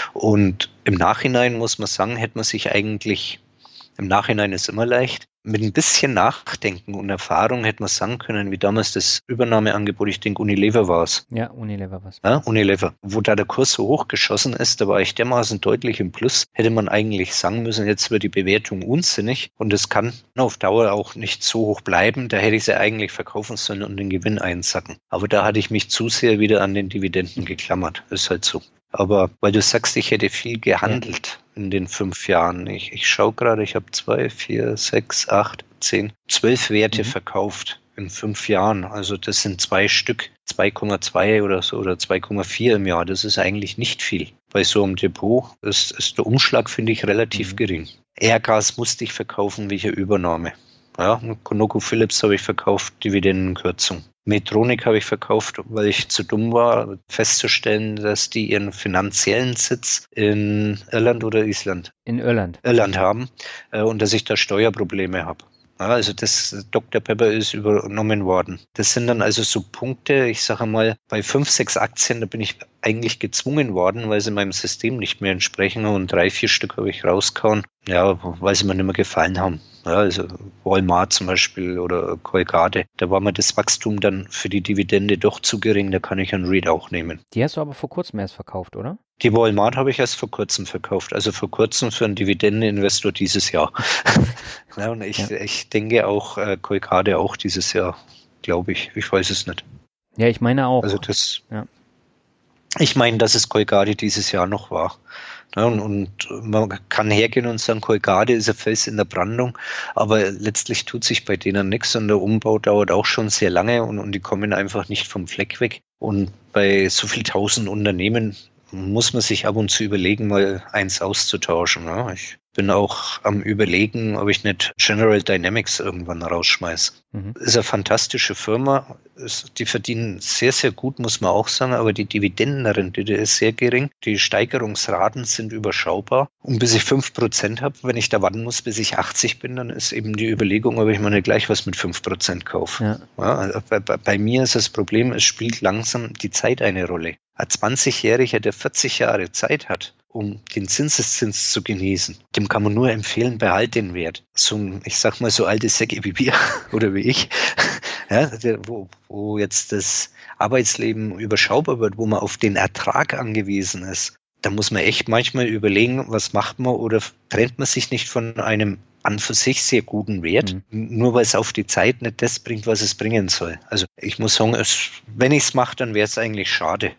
Und im Nachhinein muss man sagen, hätte man sich eigentlich, im Nachhinein ist immer leicht, mit ein bisschen Nachdenken und Erfahrung hätte man sagen können, wie damals das Übernahmeangebot, ich denke Unilever war es. Ja, Unilever war es. Ja, Unilever. Wo da der Kurs so hochgeschossen ist, da war ich dermaßen deutlich im Plus, hätte man eigentlich sagen müssen, jetzt wird die Bewertung unsinnig und es kann auf Dauer auch nicht so hoch bleiben, da hätte ich sie eigentlich verkaufen sollen und den Gewinn einsacken. Aber da hatte ich mich zu sehr wieder an den Dividenden geklammert, ist halt so. Aber weil du sagst, ich hätte viel gehandelt in den 5 Jahren. Ich schaue gerade, ich habe 2, 4, 6, 8, 10, 12 Werte verkauft in 5 Jahren. Also das sind 2 Stück, 2,2 oder so oder 2,4 im Jahr. Das ist eigentlich nicht viel. Bei so einem Depot ist der Umschlag, finde ich, relativ gering. Airgas musste ich verkaufen wegen Übernahme. Ja, ConocoPhillips habe ich verkauft, Dividendenkürzung. Medtronic habe ich verkauft, weil ich zu dumm war, festzustellen, dass die ihren finanziellen Sitz in Irland oder Island? In Irland. Irland haben und dass ich da Steuerprobleme habe. Ja, also das Dr. Pepper ist übernommen worden. Das sind dann also so Punkte, ich sage mal, bei 5, 6 Aktien, da bin ich eigentlich gezwungen worden, weil sie meinem System nicht mehr entsprechen und 3, 4 Stück habe ich rausgehauen, ja, weil sie mir nicht mehr gefallen haben. Ja, also Walmart zum Beispiel oder Colgate, da war mir das Wachstum dann für die Dividende doch zu gering, da kann ich einen Read auch nehmen. Die hast du aber vor kurzem erst verkauft, oder? Die Walmart habe ich erst vor kurzem verkauft, also vor kurzem für einen Dividendeninvestor dieses Jahr. Ja, und ich denke auch Colgate auch dieses Jahr, glaube ich. Ich weiß es nicht. Ja, ich meine auch. Also ich meine, dass es Colgate dieses Jahr noch war. Ja, und man kann hergehen und sagen, Colgate ist ein Fels in der Brandung, aber letztlich tut sich bei denen nichts und der Umbau dauert auch schon sehr lange und die kommen einfach nicht vom Fleck weg. Und bei so viel 1000 Unternehmen muss man sich ab und zu überlegen, mal eins auszutauschen. Ja. Ich bin auch am Überlegen, ob ich nicht General Dynamics irgendwann rausschmeiße. Ist eine fantastische Firma. Die verdienen sehr, sehr gut, muss man auch sagen, aber die Dividendenrendite ist sehr gering. Die Steigerungsraten sind überschaubar. Und bis ich 5% habe, wenn ich da warten muss, bis ich 80 bin, dann ist eben die Überlegung, ob ich mal nicht gleich was mit 5% kaufe. Ja. Ja, bei mir ist das Problem, es spielt langsam die Zeit eine Rolle. Ein 20-Jähriger, der 40 Jahre Zeit hat, um den Zinseszins zu genießen, dem kann man nur empfehlen, behalt den Wert. So ein, ich sag mal, so alte Säcke wie wir oder wie ich, ja, wo jetzt das Arbeitsleben überschaubar wird, wo man auf den Ertrag angewiesen ist. Da muss man echt manchmal überlegen, was macht man oder trennt man sich nicht von einem an für sich sehr guten Wert, nur weil es auf die Zeit nicht das bringt, was es bringen soll. Also ich muss sagen, wenn ich es mache, dann wäre es eigentlich schade.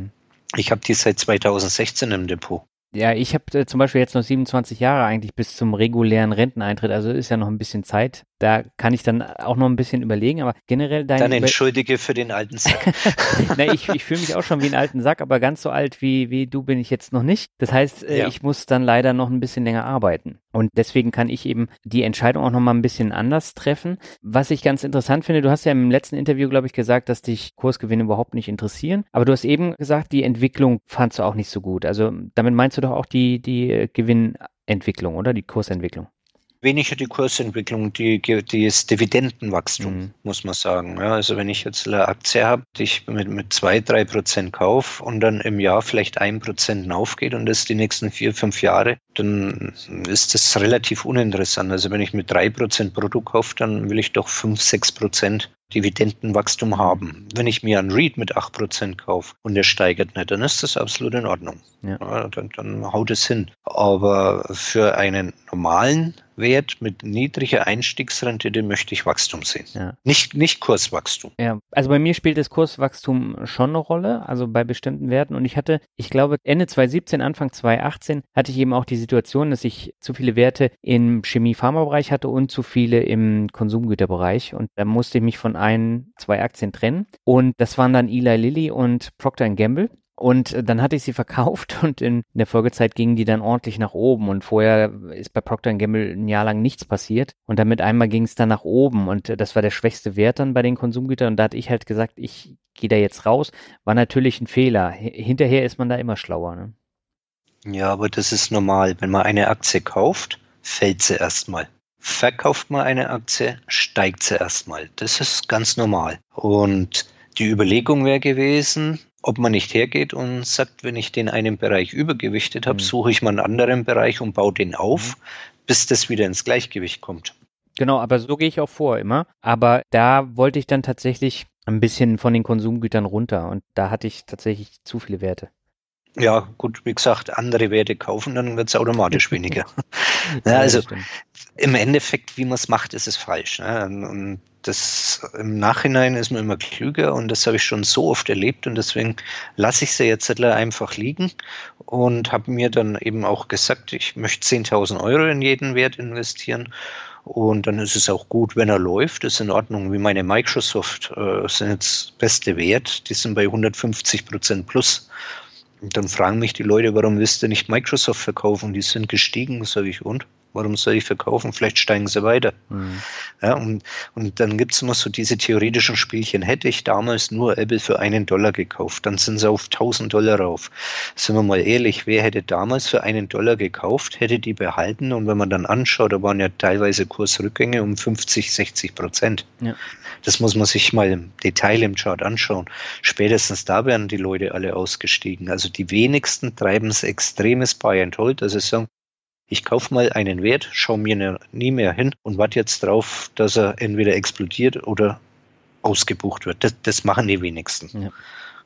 Ich habe die seit 2016 im Depot. Ja, ich habe zum Beispiel jetzt noch 27 Jahre eigentlich bis zum regulären Renteneintritt, also ist ja noch ein bisschen Zeit. Da kann ich dann auch noch ein bisschen überlegen, aber generell Dann entschuldige für den alten Sack. Na, ich fühle mich auch schon wie ein alten Sack, aber ganz so alt wie du bin ich jetzt noch nicht. Das heißt, ich muss dann leider noch ein bisschen länger arbeiten. Und deswegen kann ich eben die Entscheidung auch noch mal ein bisschen anders treffen. Was ich ganz interessant finde, du hast ja im letzten Interview, glaube ich, gesagt, dass dich Kursgewinne überhaupt nicht interessieren. Aber du hast eben gesagt, die Entwicklung fandst du auch nicht so gut. Also damit meinst du doch auch die Gewinnentwicklung, oder? Die Kursentwicklung. Weniger die Kursentwicklung, das Dividendenwachstum, muss man sagen. Ja, also wenn ich jetzt eine Aktie habe, die ich mit 2-3% kaufe und dann im Jahr vielleicht 1% aufgeht und das die nächsten 4-5 Jahre, dann ist das relativ uninteressant. Also wenn ich mit 3% Brutto kaufe, dann will ich doch 5-6% Dividendenwachstum haben. Wenn ich mir einen REIT mit 8% kaufe und der steigert nicht, dann ist das absolut in Ordnung. Ja, dann haut es hin. Aber für einen normalen Wert mit niedriger Einstiegsrendite möchte ich Wachstum sehen. Ja. Nicht Kurswachstum. Ja, also bei mir spielt das Kurswachstum schon eine Rolle, also bei bestimmten Werten. Und ich glaube, Ende 2017, Anfang 2018 hatte ich eben auch die Situation, dass ich zu viele Werte im Chemie-Pharma-Bereich hatte und zu viele im Konsumgüterbereich. Und da musste ich mich von 2 Aktien trennen. Und das waren dann Eli Lilly und Procter & Gamble. Und dann hatte ich sie verkauft und in der Folgezeit gingen die dann ordentlich nach oben und vorher ist bei Procter & Gamble ein Jahr lang nichts passiert und dann mit einmal ging es dann nach oben und das war der schwächste Wert dann bei den Konsumgütern und da hatte ich halt gesagt, ich gehe da jetzt raus, war natürlich ein Fehler. Hinterher ist man da immer schlauer, ne? Ja, aber das ist normal. Wenn man eine Aktie kauft, fällt sie erstmal. Verkauft man eine Aktie, steigt sie erstmal. Das ist ganz normal. Und die Überlegung wäre gewesen, ob man nicht hergeht und sagt, wenn ich den einen Bereich übergewichtet habe, suche ich mal einen anderen Bereich und baue den auf, bis das wieder ins Gleichgewicht kommt. Genau, aber so gehe ich auch vor immer. Aber da wollte ich dann tatsächlich ein bisschen von den Konsumgütern runter und da hatte ich tatsächlich zu viele Werte. Ja, gut, wie gesagt, andere Werte kaufen, dann wird es automatisch weniger. Ja, also im Endeffekt, wie man es macht, ist es falsch. Ne? Und das im Nachhinein ist man immer klüger und das habe ich schon so oft erlebt und deswegen lasse ich sie jetzt einfach liegen und habe mir dann eben auch gesagt, ich möchte 10.000 Euro in jeden Wert investieren. Und dann ist es auch gut, wenn er läuft, ist in Ordnung, wie meine Microsoft sind jetzt beste Wert, die sind bei 150% plus. Und dann fragen mich die Leute, warum willst du nicht Microsoft verkaufen? Die sind gestiegen, sage ich, und? Warum soll ich verkaufen? Vielleicht steigen sie weiter. Ja, und dann gibt es immer so diese theoretischen Spielchen. Hätte ich damals nur Apple für $1 gekauft, dann sind sie auf $1.000 rauf. Sind wir mal ehrlich, wer hätte damals für $1 gekauft, hätte die behalten? Und wenn man dann anschaut, da waren ja teilweise Kursrückgänge um 50-60%. Ja. Das muss man sich mal im Detail im Chart anschauen. Spätestens da wären die Leute alle ausgestiegen. Also die wenigsten treiben es extremes Buy and Hold, also sagen, ich kaufe mal einen Wert, schaue mir nie mehr hin und warte jetzt drauf, dass er entweder explodiert oder ausgebucht wird. Das machen die wenigsten. Ja.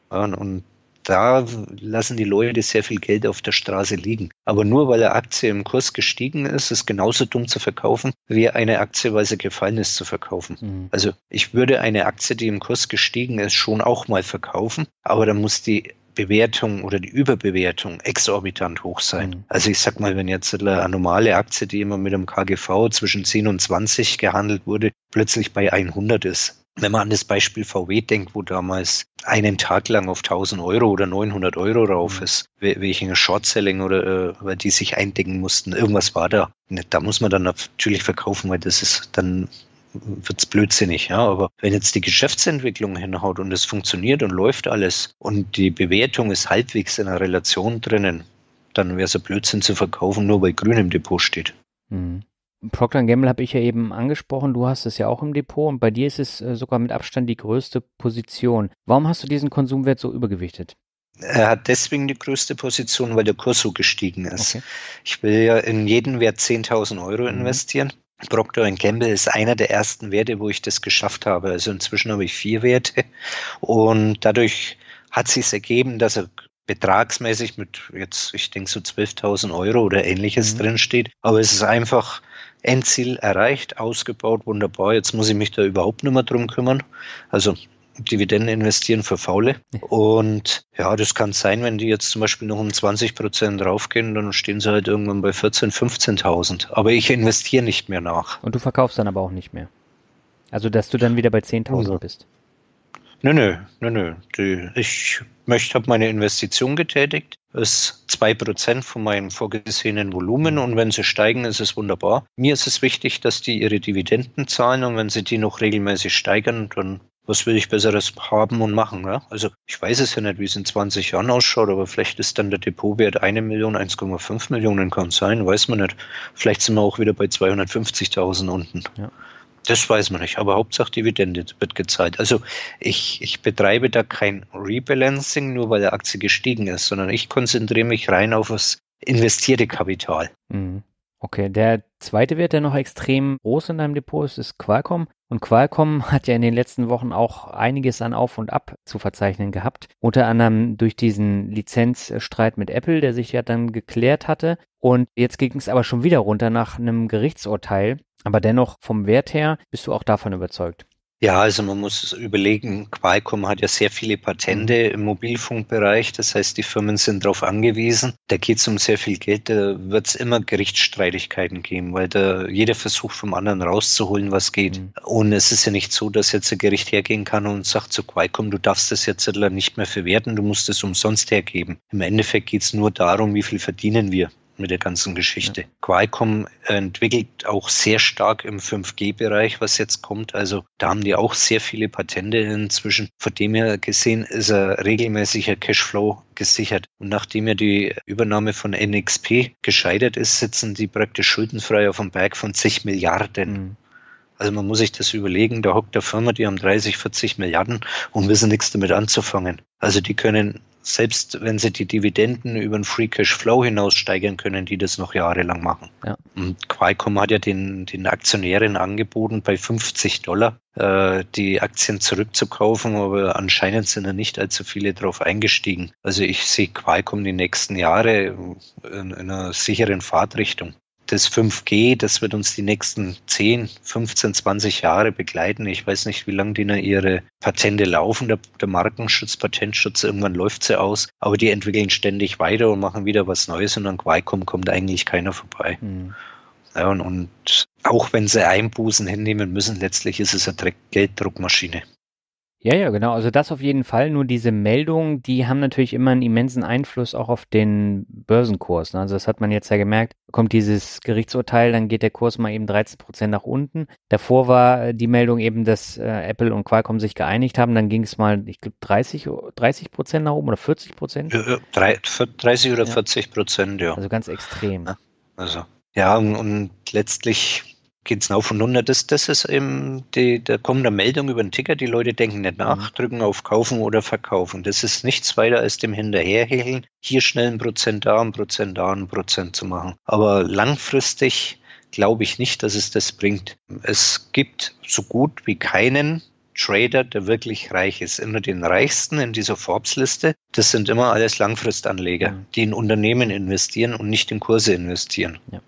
Und da lassen die Leute sehr viel Geld auf der Straße liegen. Aber nur weil eine Aktie im Kurs gestiegen ist, ist genauso dumm zu verkaufen, wie eine Aktie, weil sie gefallen ist, zu verkaufen. Also ich würde eine Aktie, die im Kurs gestiegen ist, schon auch mal verkaufen, aber dann muss die Bewertung oder die Überbewertung exorbitant hoch sein. Also ich sag mal, wenn jetzt eine normale Aktie, die immer mit einem KGV zwischen 10 und 20 gehandelt wurde, plötzlich bei 100 ist. Wenn man an das Beispiel VW denkt, wo damals einen Tag lang auf 1.000 Euro oder 900 Euro rauf ist, welche Short-Selling oder weil die sich eindecken mussten, irgendwas war da. Da muss man dann natürlich verkaufen, weil das ist dann wird's blödsinnig, ja. Aber wenn jetzt die Geschäftsentwicklung hinhaut und es funktioniert und läuft alles und die Bewertung ist halbwegs in einer Relation drinnen, dann wäre es ein Blödsinn zu verkaufen, nur weil grün im Depot steht. Procter & Gamble habe ich ja eben angesprochen, du hast es ja auch im Depot und bei dir ist es sogar mit Abstand die größte Position. Warum hast du diesen Konsumwert so übergewichtet? Er hat deswegen die größte Position, weil der Kurs so gestiegen ist. Okay. Ich will ja in jeden Wert 10.000 Euro investieren. Procter & Gamble ist einer der ersten Werte, wo ich das geschafft habe. Also inzwischen habe ich 4 Werte und dadurch hat es sich ergeben, dass er betragsmäßig mit jetzt, ich denke so 12.000 Euro oder ähnliches drin steht. Aber es ist einfach Endziel erreicht, ausgebaut, wunderbar. Jetzt muss ich mich da überhaupt nicht mehr drum kümmern. Also Dividenden investieren für Faule. Und ja, das kann sein, wenn die jetzt zum Beispiel noch um 20% raufgehen, dann stehen sie halt irgendwann bei 14.000, 15.000. Aber ich investiere nicht mehr nach. Und du verkaufst dann aber auch nicht mehr? Also, dass du dann wieder bei 10.000 bist? Nö. Ich habe meine Investition getätigt. Das ist 2% von meinem vorgesehenen Volumen und wenn sie steigen, ist es wunderbar. Mir ist es wichtig, dass die ihre Dividenden zahlen und wenn sie die noch regelmäßig steigern, dann was will ich Besseres haben und machen? Ja? Also ich weiß es ja nicht, wie es in 20 Jahren ausschaut, aber vielleicht ist dann der Depotwert 1 Million, 1,5 Millionen kann sein, weiß man nicht. Vielleicht sind wir auch wieder bei 250.000 unten. Ja. Das weiß man nicht, aber Hauptsache Dividende wird gezahlt. Also ich betreibe da kein Rebalancing, nur weil die Aktie gestiegen ist, sondern ich konzentriere mich rein auf das investierte Kapital. Okay, der zweite Wert, der noch extrem groß in deinem Depot ist, ist Qualcomm. Und Qualcomm hat ja in den letzten Wochen auch einiges an Auf und Ab zu verzeichnen gehabt. Unter anderem durch diesen Lizenzstreit mit Apple, der sich ja dann geklärt hatte. Und jetzt ging es aber schon wieder runter nach einem Gerichtsurteil. Aber dennoch vom Wert her bist du auch davon überzeugt. Ja, also man muss überlegen, Qualcomm hat ja sehr viele Patente im Mobilfunkbereich, das heißt, die Firmen sind darauf angewiesen. Da geht es um sehr viel Geld, da wird es immer Gerichtsstreitigkeiten geben, weil da jeder versucht vom anderen rauszuholen, was geht. Und es ist ja nicht so, dass jetzt ein Gericht hergehen kann und sagt zu Qualcomm, du darfst das jetzt nicht mehr verwerten, du musst es umsonst hergeben. Im Endeffekt geht es nur darum, wie viel verdienen wir mit der ganzen Geschichte. Ja. Qualcomm entwickelt auch sehr stark im 5G-Bereich, was jetzt kommt. Also da haben die auch sehr viele Patente inzwischen. Von dem her gesehen ist ein regelmäßiger Cashflow gesichert. Und nachdem ja die Übernahme von NXP gescheitert ist, sitzen die praktisch schuldenfrei auf einem Berg von zig Milliarden. Also man muss sich das überlegen, da hockt eine Firma, die haben 30, 40 Milliarden und wissen nichts damit anzufangen. Also die können, selbst wenn sie die Dividenden über den Free Cash Flow hinaus steigern können, die das noch jahrelang machen. Ja. Und Qualcomm hat ja den Aktionären angeboten, bei $50 die Aktien zurückzukaufen, aber anscheinend sind da nicht allzu viele drauf eingestiegen. Also ich sehe Qualcomm die nächsten Jahre in einer sicheren Fahrtrichtung. Das 5G, das wird uns die nächsten 10, 15, 20 Jahre begleiten. Ich weiß nicht, wie lange die noch ihre Patente laufen, der Markenschutz, Patentschutz, irgendwann läuft sie aus. Aber die entwickeln ständig weiter und machen wieder was Neues und an Qualcomm kommt eigentlich keiner vorbei. Ja, und auch wenn sie Einbußen hinnehmen müssen, letztlich ist es eine Gelddruckmaschine. Ja, genau. Also das auf jeden Fall. Nur diese Meldungen, die haben natürlich immer einen immensen Einfluss auch auf den Börsenkurs. Ne? Also das hat man jetzt ja gemerkt. Kommt dieses Gerichtsurteil, dann geht der Kurs mal eben 13% nach unten. Davor war die Meldung eben, dass Apple und Qualcomm sich geeinigt haben. Dann ging es mal, ich glaube, 30% nach oben oder 40%? Ja, 30 oder 40%, ja. Also ganz extrem. Also, ja, und letztlich geht es rauf und runter. Das ist eben, da kommt eine Meldung über den Ticker, die Leute denken nicht nach, drücken auf Kaufen oder Verkaufen. Das ist nichts weiter als dem Hinterherhecheln, hier schnell 1% da, 1% da, 1% zu machen. Aber langfristig glaube ich nicht, dass es das bringt. Es gibt so gut wie keinen Trader, der wirklich reich ist. Immer den Reichsten in dieser Forbes-Liste, das sind immer alles Langfristanleger, die in Unternehmen investieren und nicht in Kurse investieren. Ja,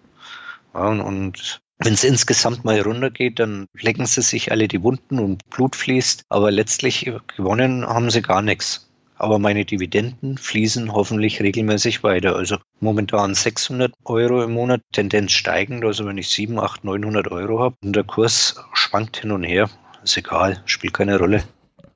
und wenn es insgesamt mal runtergeht, dann lecken sie sich alle die Wunden und Blut fließt, aber letztlich gewonnen haben sie gar nichts. Aber meine Dividenden fließen hoffentlich regelmäßig weiter. Also momentan 600 Euro im Monat, Tendenz steigend. Also wenn ich 700, 800, 900 Euro habe und der Kurs schwankt hin und her, ist egal, spielt keine Rolle.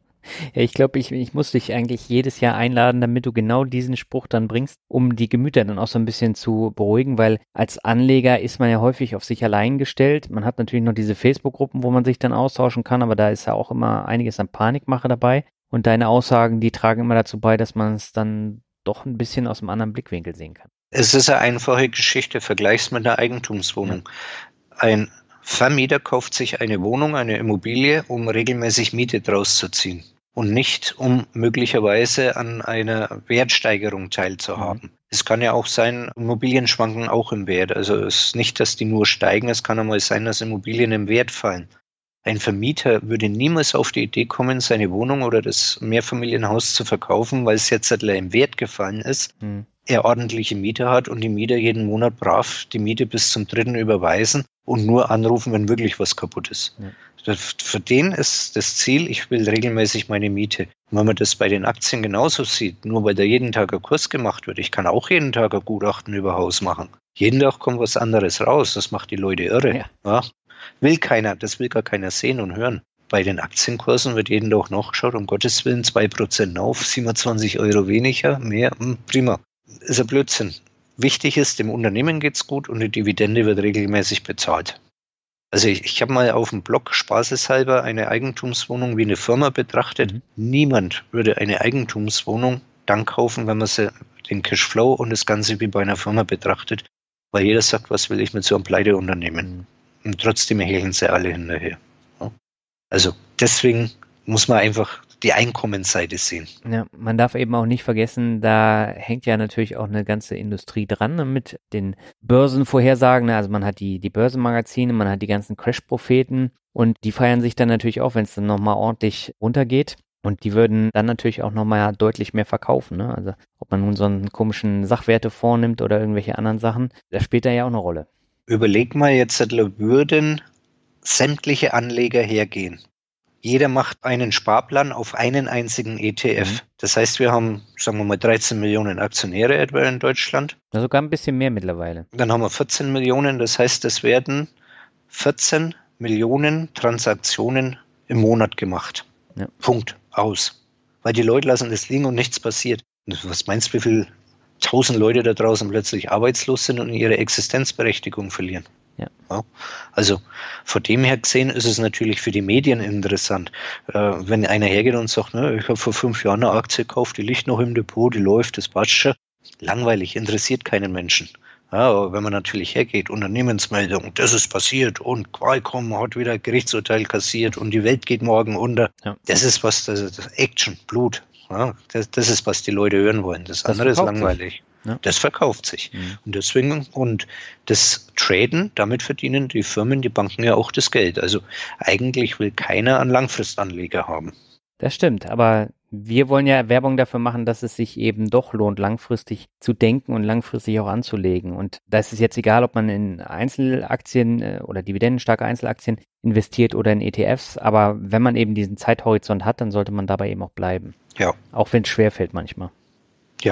Ja, ich glaube, ich muss dich eigentlich jedes Jahr einladen, damit du genau diesen Spruch dann bringst, um die Gemüter dann auch so ein bisschen zu beruhigen, weil als Anleger ist man ja häufig auf sich allein gestellt. Man hat natürlich noch diese Facebook-Gruppen, wo man sich dann austauschen kann, aber da ist ja auch immer einiges an Panikmache dabei. Und deine Aussagen, die tragen immer dazu bei, dass man es dann doch ein bisschen aus einem anderen Blickwinkel sehen kann. Es ist eine einfache Geschichte, vergleich's mit einer Eigentumswohnung. Ja. Ein Vermieter kauft sich eine Wohnung, eine Immobilie, um regelmäßig Miete draus zu ziehen. Und nicht, um möglicherweise an einer Wertsteigerung teilzuhaben. Es kann ja auch sein, Immobilien schwanken auch im Wert. Also es ist nicht, dass die nur steigen, es kann auch mal sein, dass Immobilien im Wert fallen. Ein Vermieter würde niemals auf die Idee kommen, seine Wohnung oder das Mehrfamilienhaus zu verkaufen, weil es jetzt im Wert gefallen ist. Er ordentliche Mieter hat und die Mieter jeden Monat brav die Miete bis zum 3. überweisen und nur anrufen, wenn wirklich was kaputt ist. Ja. Für den ist das Ziel, ich will regelmäßig meine Miete. Und wenn man das bei den Aktien genauso sieht, nur weil da jeden Tag ein Kurs gemacht wird, ich kann auch jeden Tag ein Gutachten über Haus machen. Jeden Tag kommt was anderes raus, das macht die Leute irre. Ja. Will keiner, das will gar keiner sehen und hören. Bei den Aktienkursen wird jeden Tag nachgeschaut, um Gottes Willen 2% auf, 27 Euro weniger, mehr, prima. Ist ein Blödsinn. Wichtig ist, dem Unternehmen geht's gut und die Dividende wird regelmäßig bezahlt. Also ich habe mal auf dem Blog spaßeshalber eine Eigentumswohnung wie eine Firma betrachtet. Niemand würde eine Eigentumswohnung dann kaufen, wenn man den Cashflow und das Ganze wie bei einer Firma betrachtet. Weil jeder sagt, was will ich mit so einem Pleiteunternehmen? Und trotzdem hecheln sie alle hinterher. Also deswegen muss man einfach die Einkommensseite sehen. Ja, man darf eben auch nicht vergessen, da hängt ja natürlich auch eine ganze Industrie dran mit den Börsenvorhersagen. Also man hat die Börsenmagazine, man hat die ganzen Crash-Propheten und die feiern sich dann natürlich auch, wenn es dann nochmal ordentlich runtergeht. Und die würden dann natürlich auch nochmal deutlich mehr verkaufen. Ne? Also ob man nun so einen komischen Sachwerte vornimmt oder irgendwelche anderen Sachen, das spielt da ja auch eine Rolle. Überleg mal, jetzt würden sämtliche Anleger hergehen. Jeder macht einen Sparplan auf einen einzigen ETF. Das heißt, wir haben, sagen wir mal, 13 Millionen Aktionäre etwa in Deutschland. Ja, sogar ein bisschen mehr mittlerweile. Dann haben wir 14 Millionen. Das heißt, es werden 14 Millionen Transaktionen im Monat gemacht. Ja. Punkt. Aus. Weil die Leute lassen das liegen und nichts passiert. Was meinst du, wie viele 1000 Leute da draußen plötzlich arbeitslos sind und ihre Existenzberechtigung verlieren? Ja. Also von dem her gesehen ist es natürlich für die Medien interessant. Wenn einer hergeht und sagt, ich habe vor 5 Jahren eine Aktie gekauft, die liegt noch im Depot, die läuft, das passt schon. Langweilig, interessiert keinen Menschen. Ja, aber wenn man natürlich hergeht, Unternehmensmeldung, das ist passiert und Qualcomm hat wieder ein Gerichtsurteil kassiert und die Welt geht morgen unter. Ja. Das ist was, das ist Action, Blut. Ja, das ist, was die Leute hören wollen. Das andere ist langweilig. Ja. Das verkauft sich. Und deswegen, und das Traden, damit verdienen die Firmen, die Banken ja auch das Geld. Also eigentlich will keiner einen Langfristanleger haben. Das stimmt, aber wir wollen ja Werbung dafür machen, dass es sich eben doch lohnt, langfristig zu denken und langfristig auch anzulegen. Und da ist es jetzt egal, ob man in Einzelaktien oder dividendenstarke Einzelaktien investiert oder in ETFs, aber wenn man eben diesen Zeithorizont hat, dann sollte man dabei eben auch bleiben. Ja. Auch wenn es schwerfällt manchmal. Ja.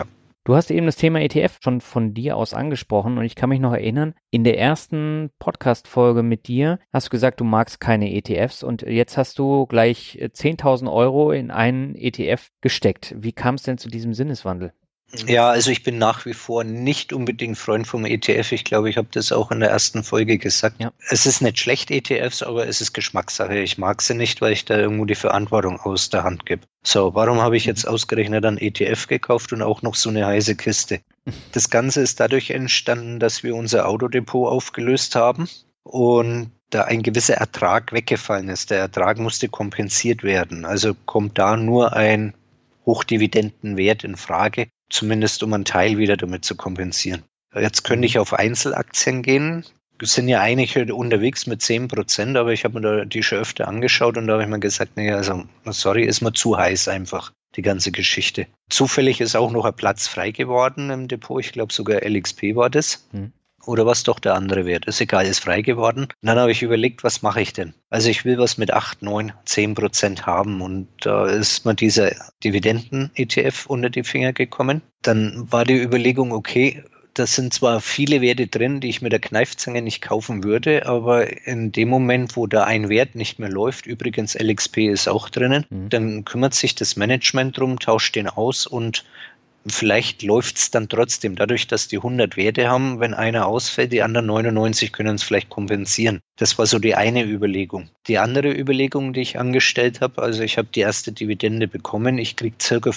Du hast eben das Thema ETF schon von dir aus angesprochen und ich kann mich noch erinnern, in der ersten Podcast-Folge mit dir hast du gesagt, du magst keine ETFs und jetzt hast du gleich 10.000 Euro in einen ETF gesteckt. Wie kam es denn zu diesem Sinneswandel? Ja, also ich bin nach wie vor nicht unbedingt Freund vom ETF. Ich glaube, ich habe das auch in der ersten Folge gesagt. Ja. Es ist nicht schlecht, ETFs, aber es ist Geschmackssache. Ich mag sie nicht, weil ich da irgendwo die Verantwortung aus der Hand gebe. So, warum habe ich jetzt ausgerechnet einen ETF gekauft und auch noch so eine heiße Kiste? Das Ganze ist dadurch entstanden, dass wir unser Autodepot aufgelöst haben und da ein gewisser Ertrag weggefallen ist. Der Ertrag musste kompensiert werden. Also kommt da nur ein Hochdividendenwert in Frage, zumindest um einen Teil wieder damit zu kompensieren. Jetzt könnte ich auf Einzelaktien gehen. Wir sind ja eigentlich unterwegs mit 10%, aber ich habe mir da die schon öfter angeschaut und da habe ich mir gesagt, nee, also sorry, ist mir zu heiß einfach, die ganze Geschichte. Zufällig ist auch noch ein Platz frei geworden im Depot. Ich glaube sogar LXP war das. Oder was doch der andere Wert. Ist egal, ist frei geworden. Und dann habe ich überlegt, was mache ich denn? Also ich will was mit 8, 9, 10% haben und da ist mir dieser Dividenden-ETF unter die Finger gekommen. Dann war die Überlegung, okay, das sind zwar viele Werte drin, die ich mit der Kneifzange nicht kaufen würde, aber in dem Moment, wo da ein Wert nicht mehr läuft, übrigens LXP ist auch drinnen, dann kümmert sich das Management drum, tauscht den aus und vielleicht läuft es dann trotzdem, dadurch, dass die 100 Werte haben, wenn einer ausfällt, die anderen 99 können es vielleicht kompensieren. Das war so die eine Überlegung. Die andere Überlegung, die ich angestellt habe, also ich habe die erste Dividende bekommen, ich kriege ca.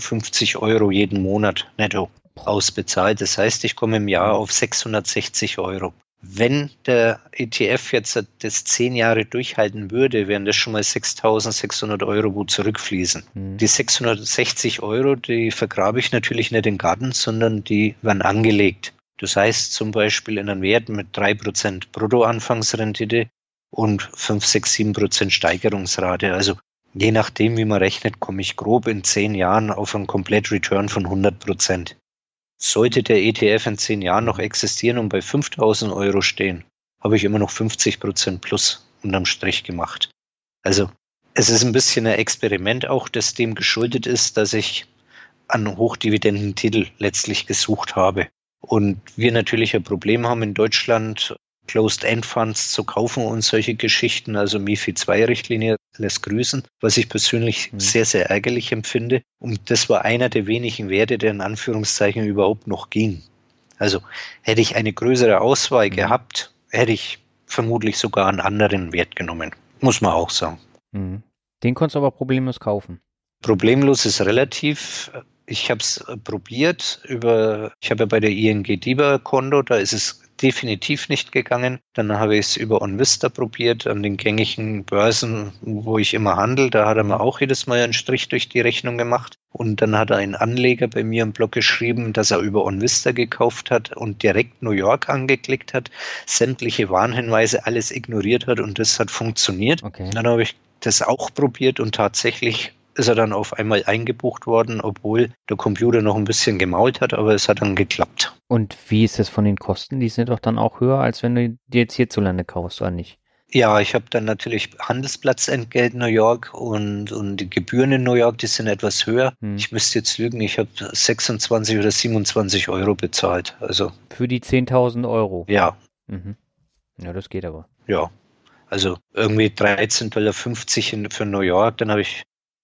55 Euro jeden Monat netto ausbezahlt. Das heißt, ich komme im Jahr auf 660 Euro. Wenn der ETF jetzt das 10 Jahre durchhalten würde, wären das schon mal 6.600 Euro, wo zurückfließen. Die 660 Euro, die vergrabe ich natürlich nicht in den Garten, sondern die werden angelegt. Das heißt zum Beispiel in einen Wert mit 3% Bruttoanfangsrendite und 5, 6, 7% Steigerungsrate. Also je nachdem, wie man rechnet, komme ich grob in 10 Jahren auf einen Komplett-Return von 100%. Sollte der ETF in 10 Jahren noch existieren und bei 5.000 Euro stehen, habe ich immer noch 50% plus unterm Strich gemacht. Also es ist ein bisschen ein Experiment auch, das dem geschuldet ist, dass ich einen Hochdividendentitel letztlich gesucht habe. Und wir natürlich ein Problem haben in Deutschland, Closed-End-Funds zu kaufen und solche Geschichten, also MiFID-II-Richtlinie lässt grüßen, was ich persönlich sehr, sehr ärgerlich empfinde. Und das war einer der wenigen Werte, der in Anführungszeichen überhaupt noch ging. Also hätte ich eine größere Auswahl gehabt, hätte ich vermutlich sogar einen anderen Wert genommen. Muss man auch sagen. Den konntest du aber problemlos kaufen. Problemlos ist relativ. Ich habe es probiert ich habe ja bei der ING DIBA Konto, da ist es definitiv nicht gegangen. Dann habe ich es über OnVista probiert, an den gängigen Börsen, wo ich immer handle. Da hat er mir auch jedes Mal einen Strich durch die Rechnung gemacht. Und dann hat ein Anleger bei mir im Blog geschrieben, dass er über OnVista gekauft hat und direkt New York angeklickt hat, sämtliche Warnhinweise, alles ignoriert hat und das hat funktioniert. Okay. Dann habe ich das auch probiert und tatsächlich ist er dann auf einmal eingebucht worden, obwohl der Computer noch ein bisschen gemault hat, aber es hat dann geklappt. Und wie ist das von den Kosten? Die sind doch dann auch höher, als wenn du dir jetzt hierzulande kaufst, oder nicht? Ja, ich habe dann natürlich Handelsplatzentgelt New York und die Gebühren in New York, die sind etwas höher. Ich müsste jetzt lügen, ich habe 26 oder 27 Euro bezahlt. Also für die 10.000 Euro? Ja. Ja, das geht aber. Ja, also irgendwie 13,50 $ für New York, dann habe ich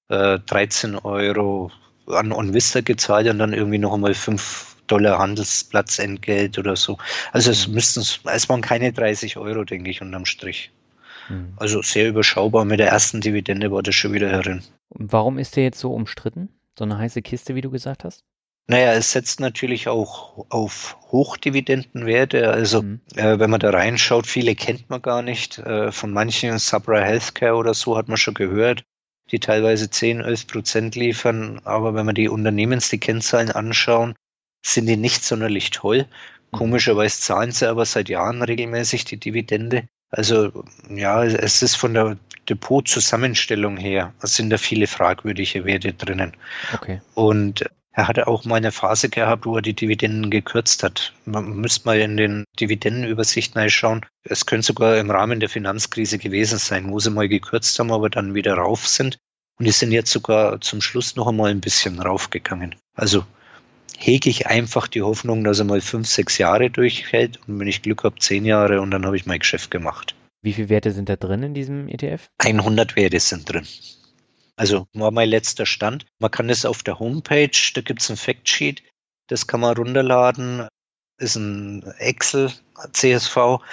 13 Euro an OnVista gezahlt und dann irgendwie noch einmal $5 Handelsplatzentgelt oder so. Also es waren keine 30 Euro, denke ich, unterm Strich. Also sehr überschaubar. Mit der ersten Dividende war das schon wieder herin. Und warum ist der jetzt so umstritten? So eine heiße Kiste, wie du gesagt hast? Naja, es setzt natürlich auch auf Hochdividendenwerte. Also wenn man da reinschaut, viele kennt man gar nicht. Von manchen, Sabra Healthcare oder so, hat man schon gehört, die teilweise 10-11% liefern. Aber wenn man die die Kennzahlen anschauen, sind die nicht sonderlich toll. Komischerweise zahlen sie aber seit Jahren regelmäßig die Dividende. Also ja, es ist von der Depotzusammenstellung her, es sind da viele fragwürdige Werte drinnen. Okay. Und er hatte auch mal eine Phase gehabt, wo er die Dividenden gekürzt hat. Man müsste mal in den Dividendenübersichten reinschauen. Es könnte sogar im Rahmen der Finanzkrise gewesen sein, wo sie mal gekürzt haben, aber dann wieder rauf sind. Und die sind jetzt sogar zum Schluss noch einmal ein bisschen raufgegangen. Also hege ich einfach die Hoffnung, dass er mal 5, 6 Jahre durchhält und wenn ich Glück habe, 10 Jahre und dann habe ich mein Geschäft gemacht. Wie viele Werte sind da drin in diesem ETF? 100 Werte sind drin. Also war mein letzter Stand. Man kann das auf der Homepage, da gibt es ein Factsheet, das kann man runterladen, ist ein Excel, CSV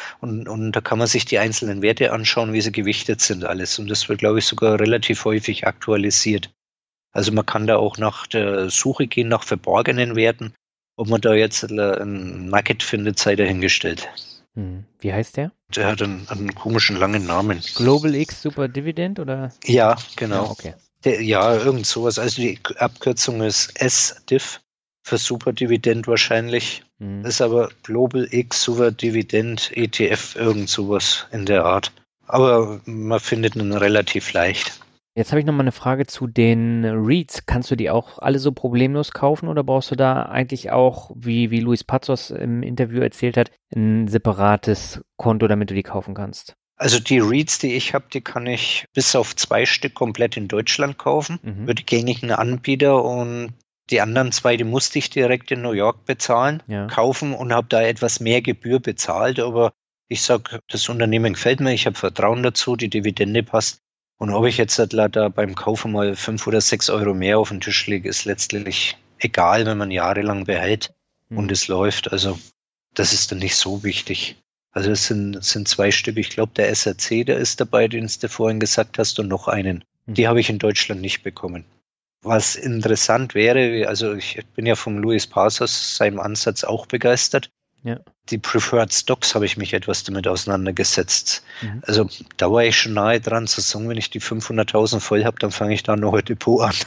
und da kann man sich die einzelnen Werte anschauen, wie sie gewichtet sind alles. Und das wird, glaube ich, sogar relativ häufig aktualisiert. Also man kann da auch nach der Suche gehen, nach verborgenen Werten. Ob man da jetzt ein Nugget findet, sei dahingestellt. Wie heißt der? Der hat einen komischen langen Namen. Global X Super Dividend oder? Ja, genau. Ja, okay. Irgend sowas. Also die Abkürzung ist SDIV für Super Dividend wahrscheinlich. Ist aber Global X Super Dividend ETF, irgend sowas in der Art. Aber man findet ihn relativ leicht. Jetzt habe ich noch mal eine Frage zu den REITs. Kannst du die auch alle so problemlos kaufen oder brauchst du da eigentlich auch, wie Luis Pazos im Interview erzählt hat, ein separates Konto, damit du die kaufen kannst? Also die REITs, die ich habe, die kann ich bis auf 2 Stück komplett in Deutschland kaufen, über die gängigen Anbieter, und die anderen 2, die musste ich direkt in New York bezahlen, kaufen und habe da etwas mehr Gebühr bezahlt. Aber ich sage, das Unternehmen gefällt mir, ich habe Vertrauen dazu, die Dividende passt. Und ob ich jetzt da beim Kaufen mal 5 oder 6 Euro mehr auf den Tisch lege, ist letztlich egal, wenn man jahrelang behält und es läuft. Also das ist dann nicht so wichtig. Also es sind 2 Stück. Ich glaube, der SRC, der ist dabei, den du vorhin gesagt hast, und noch einen. Die habe ich in Deutschland nicht bekommen. Was interessant wäre, also ich bin ja vom Luis Pazos, seinem Ansatz auch begeistert. Ja. Die Preferred Stocks habe ich mich etwas damit auseinandergesetzt. Also da war ich schon nahe dran zu sagen, wenn ich die 500.000 voll habe, dann fange ich da noch ein Depot an.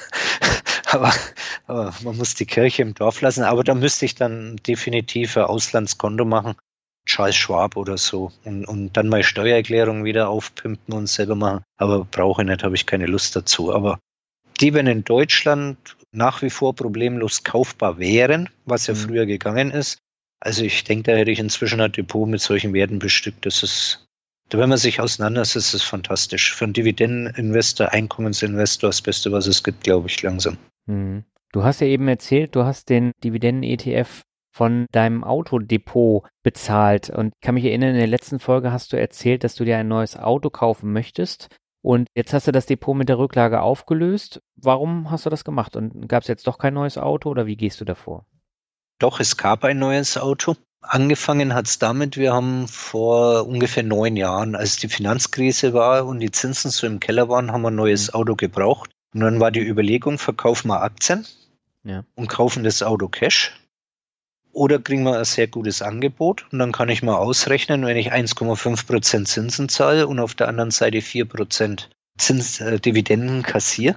aber man muss die Kirche im Dorf lassen. Aber da müsste ich dann definitiv ein Auslandskonto machen, Charles Schwab oder so. Und dann meine Steuererklärung wieder aufpimpen und selber machen. Aber brauche ich nicht, habe ich keine Lust dazu. Aber die, wenn in Deutschland nach wie vor problemlos kaufbar wären, was ja früher gegangen ist, also ich denke, da hätte ich inzwischen ein Depot mit solchen Werten bestückt. Das ist, wenn man sich auseinandersetzt, ist es fantastisch. Für einen Dividendeninvestor, Einkommensinvestor, das Beste, was es gibt, glaube ich, langsam. Du hast ja eben erzählt, du hast den Dividenden-ETF von deinem Autodepot bezahlt. Und ich kann mich erinnern, in der letzten Folge hast du erzählt, dass du dir ein neues Auto kaufen möchtest. Und jetzt hast du das Depot mit der Rücklage aufgelöst. Warum hast du das gemacht? Und gab es jetzt doch kein neues Auto oder wie gehst du davor? Doch, es gab ein neues Auto. Angefangen hat es damit, wir haben vor ungefähr 9 Jahren, als die Finanzkrise war und die Zinsen so im Keller waren, haben wir ein neues Auto gebraucht. Und dann war die Überlegung, verkaufen wir Aktien und kaufen das Auto Cash. Oder kriegen wir ein sehr gutes Angebot und dann kann ich mal ausrechnen, wenn ich 1,5% Zinsen zahle und auf der anderen Seite 4% Dividenden kassiere,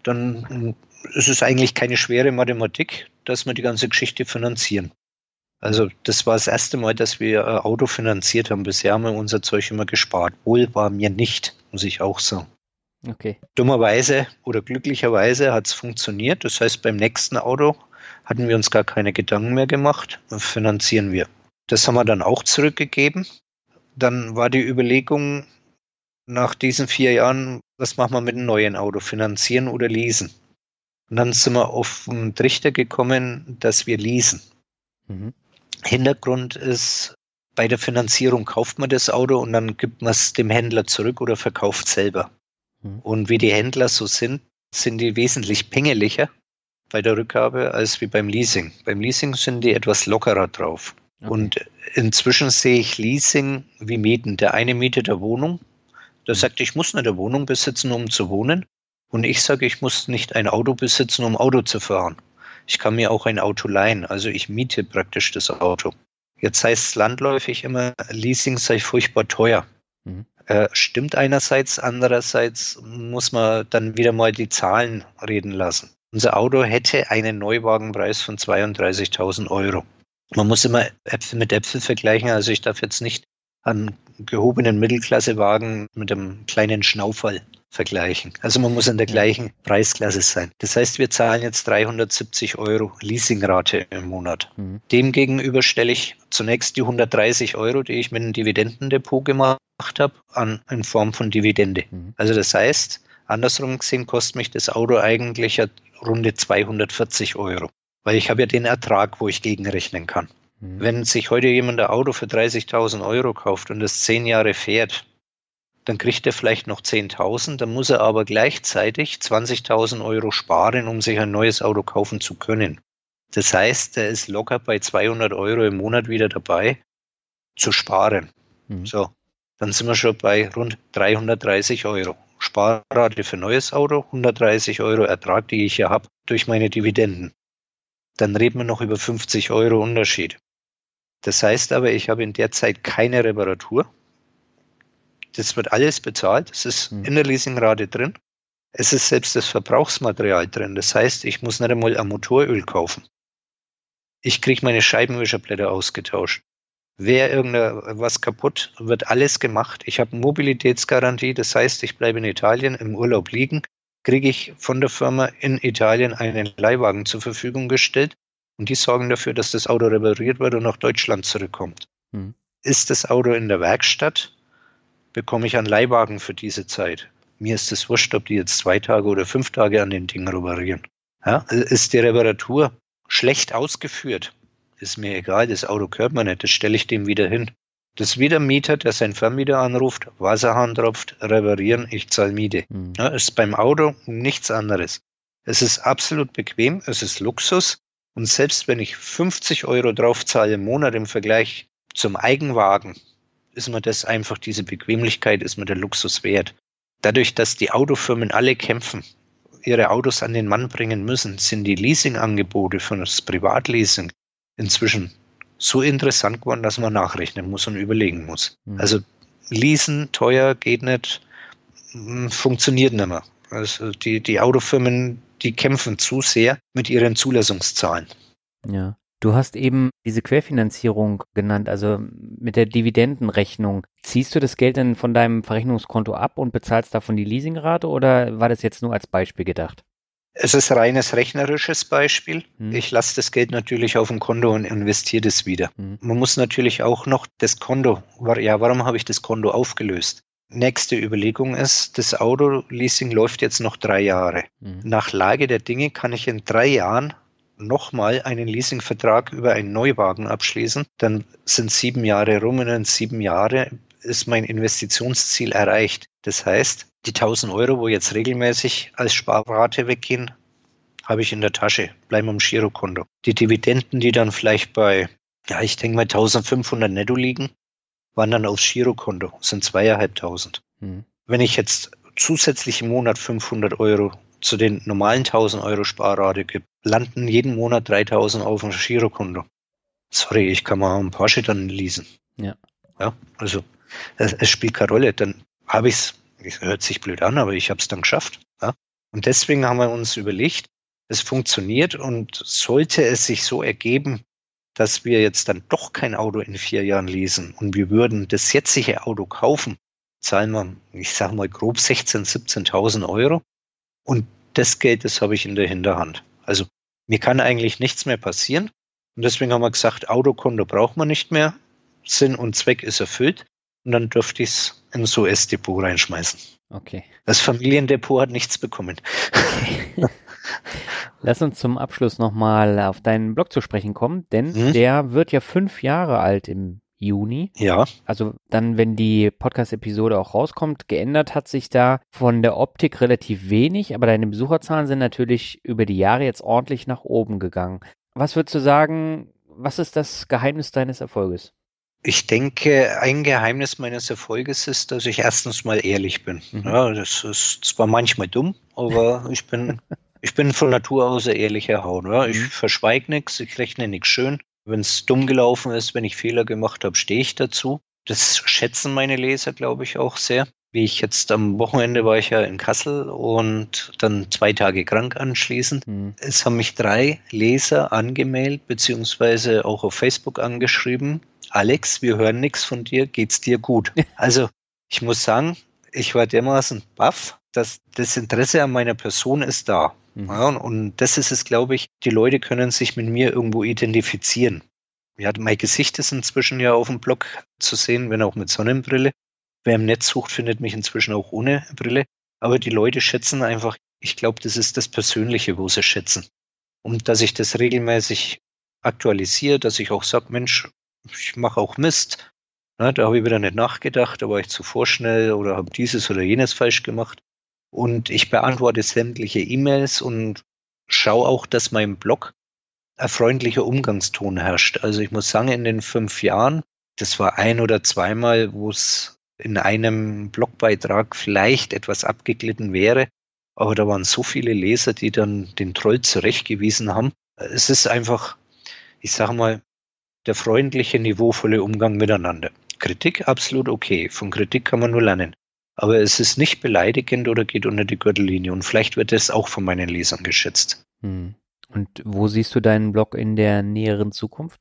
dann ist es eigentlich keine schwere Mathematik, dass wir die ganze Geschichte finanzieren. Also das war das erste Mal, dass wir ein Auto finanziert haben. Bisher haben wir unser Zeug immer gespart. Wohl war mir nicht, muss ich auch sagen. Okay. Dummerweise oder glücklicherweise hat es funktioniert. Das heißt, beim nächsten Auto hatten wir uns gar keine Gedanken mehr gemacht, finanzieren wir. Das haben wir dann auch zurückgegeben. Dann war die Überlegung nach diesen 4 Jahren, was machen wir mit einem neuen Auto, finanzieren oder leasen? Und dann sind wir auf den Trichter gekommen, dass wir leasen. Hintergrund ist, bei der Finanzierung kauft man das Auto und dann gibt man es dem Händler zurück oder verkauft selber. Und wie die Händler so sind die wesentlich pingeliger bei der Rückgabe als wie beim Leasing. Beim Leasing sind die etwas lockerer drauf. Okay. Und inzwischen sehe ich Leasing wie Mieten. Der eine mietet eine Wohnung, der sagt, ich muss nicht eine Wohnung besitzen, um zu wohnen. Und ich sage, ich muss nicht ein Auto besitzen, um Auto zu fahren. Ich kann mir auch ein Auto leihen. Also ich miete praktisch das Auto. Jetzt heißt es landläufig immer, Leasing sei furchtbar teuer. Stimmt einerseits, andererseits muss man dann wieder mal die Zahlen reden lassen. Unser Auto hätte einen Neuwagenpreis von 32.000 Euro. Man muss immer Äpfel mit Äpfel vergleichen. Also ich darf jetzt nicht einen gehobenen Mittelklassewagen mit einem kleinen Schnauferl vergleichen. Also man muss in der gleichen Preisklasse sein. Das heißt, wir zahlen jetzt 370 Euro Leasingrate im Monat. Demgegenüber stelle ich zunächst die 130 Euro, die ich mit einem Dividendendepot gemacht habe, an in Form von Dividende. Also das heißt, andersrum gesehen kostet mich das Auto eigentlich runde 240 Euro. weil ich habe ja den Ertrag, wo ich gegenrechnen kann. Wenn sich heute jemand ein Auto für 30.000 Euro kauft und es 10 Jahre fährt, dann kriegt er vielleicht noch 10.000, dann muss er aber gleichzeitig 20.000 Euro sparen, um sich ein neues Auto kaufen zu können. Das heißt, er ist locker bei 200 Euro im Monat wieder dabei, zu sparen. So, dann sind wir schon bei rund 330 Euro. Sparrate für neues Auto, 130 Euro Ertrag, die ich hier habe, durch meine Dividenden. Dann reden wir noch über 50 Euro Unterschied. Das heißt aber, ich habe in der Zeit keine Reparatur. Das wird alles bezahlt. Es ist in der Leasingrate drin. Es ist selbst das Verbrauchsmaterial drin. Das heißt, ich muss nicht einmal ein Motoröl kaufen. Ich kriege meine Scheibenwischerblätter ausgetauscht. Wäre irgendwas kaputt, wird alles gemacht. Ich habe Mobilitätsgarantie. Das heißt, ich bleibe in Italien im Urlaub liegen, kriege ich von der Firma in Italien einen Leihwagen zur Verfügung gestellt. Und die sorgen dafür, dass das Auto repariert wird und nach Deutschland zurückkommt. Ist das Auto in der Werkstatt, bekomme ich einen Leihwagen für diese Zeit. Mir ist es wurscht, ob die jetzt 2 Tage oder 5 Tage an den Ding reparieren. Ja, ist die Reparatur schlecht ausgeführt, ist mir egal, das Auto gehört mir nicht, das stelle ich dem wieder hin. Das ist wie der Mieter, der seinen Vermieter anruft, Wasserhahn tropft, reparieren, ich zahle Miete. Ja, ist beim Auto nichts anderes. Es ist absolut bequem, es ist Luxus. Und selbst wenn ich 50 Euro drauf zahle im Monat im Vergleich zum Eigenwagen, ist mir das einfach, diese Bequemlichkeit, ist mir der Luxus wert. Dadurch, dass die Autofirmen alle kämpfen, ihre Autos an den Mann bringen müssen, sind die Leasingangebote für das Privatleasing inzwischen so interessant geworden, dass man nachrechnen muss und überlegen muss. Also leasen, teuer, geht nicht, funktioniert nicht mehr. Also die Autofirmen, die kämpfen zu sehr mit ihren Zulassungszahlen. Ja. Du hast eben diese Querfinanzierung genannt, also mit der Dividendenrechnung. Ziehst du das Geld dann von deinem Verrechnungskonto ab und bezahlst davon die Leasingrate oder war das jetzt nur als Beispiel gedacht? Es ist reines rechnerisches Beispiel. Ich lasse das Geld natürlich auf dem Konto und investiere das wieder. Man muss natürlich auch noch das Konto, warum habe ich das Konto aufgelöst? Nächste Überlegung ist, das Autoleasing läuft jetzt noch 3 Jahre. Nach Lage der Dinge kann ich in 3 Jahren nochmal einen Leasingvertrag über einen Neuwagen abschließen. Dann sind 7 Jahre rum und in 7 Jahren ist mein Investitionsziel erreicht. Das heißt, die 1.000 Euro, wo jetzt regelmäßig als Sparrate weggehen, habe ich in der Tasche, bleiben am Girokonto. Die Dividenden, die dann vielleicht bei, ich denke mal 1.500 netto liegen, wandern aufs Girokonto, sind 2.500. Wenn ich jetzt zusätzlich im Monat 500 Euro zu den normalen 1.000 Euro Sparrate gebe, landen jeden Monat 3.000 auf dem Girokonto. Sorry, ich kann mal einen Porsche dann leasen. Ja, also es spielt keine Rolle. Dann habe ich es hört sich blöd an, aber ich habe es dann geschafft. Ja? Und deswegen haben wir uns überlegt, es funktioniert und sollte es sich so ergeben, dass wir jetzt dann doch kein Auto in 4 Jahren leasen und wir würden das jetzige Auto kaufen, zahlen wir, ich sage mal grob 16.000, 17.000 Euro und das Geld, das habe ich in der Hinterhand. Also mir kann eigentlich nichts mehr passieren und deswegen haben wir gesagt, Autokonto braucht man nicht mehr, Sinn und Zweck ist erfüllt und dann dürfte ich es ins US-Depot reinschmeißen. Okay. Das Familiendepot hat nichts bekommen. Okay. Lass uns zum Abschluss nochmal auf deinen Blog zu sprechen kommen, denn der wird ja 5 Jahre alt im Juni. Ja. Also dann, wenn die Podcast-Episode auch rauskommt, geändert hat sich da von der Optik relativ wenig, aber deine Besucherzahlen sind natürlich über die Jahre jetzt ordentlich nach oben gegangen. Was würdest du sagen, was ist das Geheimnis deines Erfolges? Ich denke, ein Geheimnis meines Erfolges ist, dass ich erstens mal ehrlich bin. Ja, das ist zwar manchmal dumm, aber ich bin von Natur aus ein ehrlicher Haut. Ja. Ich verschweige nichts, ich rechne nichts schön. Wenn es dumm gelaufen ist, wenn ich Fehler gemacht habe, stehe ich dazu. Das schätzen meine Leser, glaube ich, auch sehr. Wie ich jetzt am Wochenende war ich ja in Kassel und dann 2 Tage krank anschließend. Es haben mich 3 Leser angemeldet, beziehungsweise auch auf Facebook angeschrieben. Alex, wir hören nichts von dir, geht's dir gut? Also ich muss sagen, ich war dermaßen baff, dass das Interesse an meiner Person ist da. Ja, und das ist es, glaube ich, die Leute können sich mit mir irgendwo identifizieren. Ja, mein Gesicht ist inzwischen ja auf dem Blog zu sehen, wenn auch mit Sonnenbrille. Wer im Netz sucht, findet mich inzwischen auch ohne Brille. Aber die Leute schätzen einfach, ich glaube, das ist das Persönliche, wo sie schätzen. und dass ich das regelmäßig aktualisiere, dass ich auch sage, Mensch, ich mache auch Mist. Da habe ich wieder nicht nachgedacht, da war ich zu vorschnell oder habe dieses oder jenes falsch gemacht. Und ich beantworte sämtliche E-Mails und schaue auch, dass mein Blog ein freundlicher Umgangston herrscht. Also ich muss sagen, in den 5 Jahren, das war ein- oder zweimal, wo es in einem Blogbeitrag vielleicht etwas abgeglitten wäre, aber da waren so viele Leser, die dann den Troll zurechtgewiesen haben. Es ist einfach, ich sage mal, der freundliche, niveauvolle Umgang miteinander. Kritik absolut okay. Von Kritik kann man nur lernen. Aber es ist nicht beleidigend oder geht unter die Gürtellinie. Und vielleicht wird es auch von meinen Lesern geschätzt. Und wo siehst du deinen Blog in der näheren Zukunft?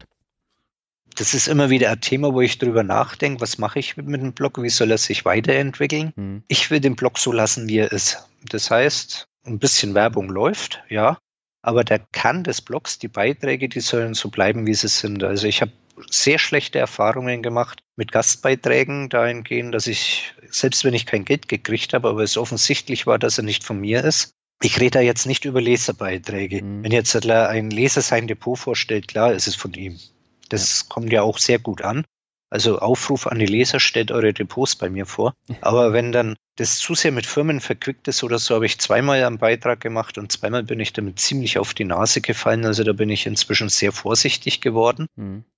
Das ist immer wieder ein Thema, wo ich drüber nachdenke, was mache ich mit dem Blog, wie soll er sich weiterentwickeln? Ich will den Blog so lassen, wie er ist. Das heißt, ein bisschen Werbung läuft, ja, aber der Kern des Blogs, die Beiträge, die sollen so bleiben, wie sie sind. Also ich habe sehr schlechte Erfahrungen gemacht mit Gastbeiträgen dahingehend, dass ich, selbst wenn ich kein Geld gekriegt habe, aber es offensichtlich war, dass er nicht von mir ist. Ich rede da jetzt nicht über Leserbeiträge. Wenn jetzt ein Leser sein Depot vorstellt, klar, ist es von ihm. Das kommt ja auch sehr gut an. Also Aufruf an die Leser, stellt eure Depots bei mir vor. Aber wenn dann das zu sehr mit Firmen verquickt ist oder so, habe ich zweimal einen Beitrag gemacht und zweimal bin ich damit ziemlich auf die Nase gefallen. Also da bin ich inzwischen sehr vorsichtig geworden.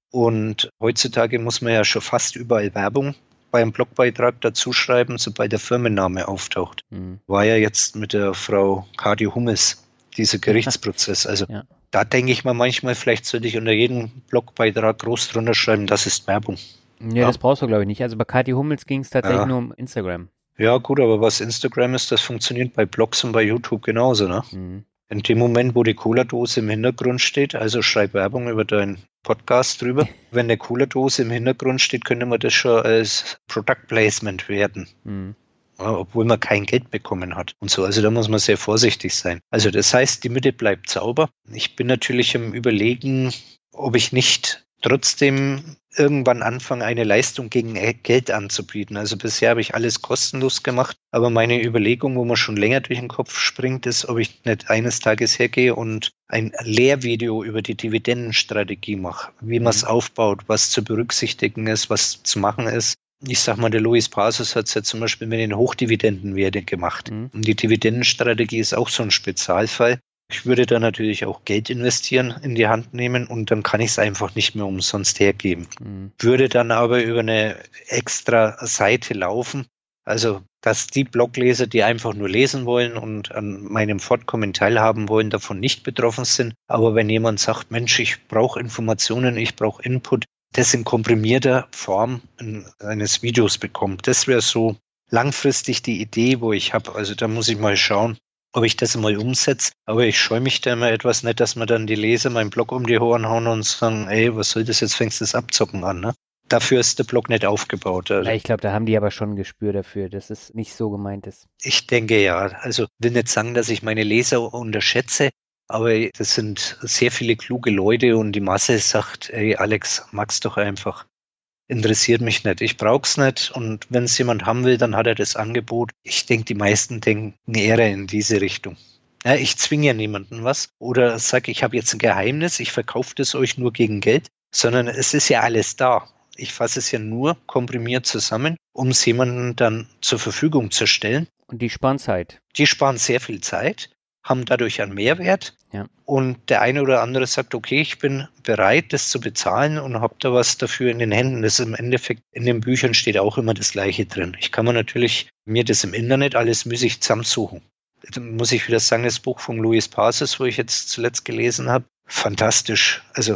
Und heutzutage muss man ja schon fast überall Werbung bei einem Blogbeitrag dazu schreiben, sobald der Firmenname auftaucht. War ja jetzt mit der Frau Kadi Hummels dieser Gerichtsprozess. Also da denke ich mal manchmal, vielleicht sollte ich unter jedem Blogbeitrag groß drunter schreiben, das ist Werbung. Ja, das brauchst du, glaube ich, nicht. Also bei Kathi Hummels ging es tatsächlich nur um Instagram. Ja, gut, aber was Instagram ist, das funktioniert bei Blogs und bei YouTube genauso, ne? In dem Moment, wo die Cola-Dose im Hintergrund steht, also schreib Werbung über deinen Podcast drüber. Wenn eine Cola-Dose im Hintergrund steht, könnte man das schon als Product Placement werden. Ja, obwohl man kein Geld bekommen hat und so. Also da muss man sehr vorsichtig sein. Also das heißt, die Mitte bleibt sauber. Ich bin natürlich im Überlegen, ob ich nicht trotzdem irgendwann anfange, eine Leistung gegen Geld anzubieten. Also bisher habe ich alles kostenlos gemacht, aber meine Überlegung, wo man schon länger durch den Kopf springt, ist, ob ich nicht eines Tages hergehe und ein Lehrvideo über die Dividendenstrategie mache, wie man es aufbaut, was zu berücksichtigen ist, was zu machen ist. Ich sag mal, der Luis Pasos hat es ja zum Beispiel mit den Hochdividendenwerten gemacht. Und die Dividendenstrategie ist auch so ein Spezialfall. Ich würde da natürlich auch Geld investieren, in die Hand nehmen und dann kann ich es einfach nicht mehr umsonst hergeben. Würde dann aber über eine extra Seite laufen, also dass die Blogleser, die einfach nur lesen wollen und an meinem Fortkommen teilhaben wollen, davon nicht betroffen sind. Aber wenn jemand sagt, Mensch, ich brauche Informationen, ich brauche Input, das in komprimierter Form eines Videos bekommt, das wäre so langfristig die Idee, wo ich habe. Also da muss ich mal schauen, ob ich das mal umsetze. Aber ich scheue mich da immer etwas nicht, dass mir dann die Leser meinen Blog um die Ohren hauen und sagen, ey, was soll das jetzt, fängst du das Abzocken an, ne? Dafür ist der Blog nicht aufgebaut. Also, ja, ich glaube, da haben die aber schon ein Gespür dafür, dass es nicht so gemeint ist. Ich denke ja. Also will nicht sagen, dass ich meine Leser unterschätze, aber das sind sehr viele kluge Leute und die Masse sagt, ey Alex, mag's doch einfach. Interessiert mich nicht. Ich brauch's nicht und wenn es jemand haben will, dann hat er das Angebot. Ich denke, die meisten denken eher in diese Richtung. Ja, ich zwinge ja niemanden was oder sage, ich habe jetzt ein Geheimnis, ich verkaufe das euch nur gegen Geld, sondern es ist ja alles da. Ich fasse es ja nur komprimiert zusammen, um es jemandem dann zur Verfügung zu stellen. Und die sparen Zeit. Die sparen sehr viel Zeit, haben dadurch einen Mehrwert. Ja. Und der eine oder andere sagt, okay, ich bin bereit, das zu bezahlen und habe da was dafür in den Händen. Das ist im Endeffekt, in den Büchern steht auch immer das Gleiche drin. Ich kann mir mir das im Internet alles müßig zusammensuchen. Dann muss ich wieder sagen, das Buch von Luis Pasos, wo ich jetzt zuletzt gelesen habe, fantastisch. Also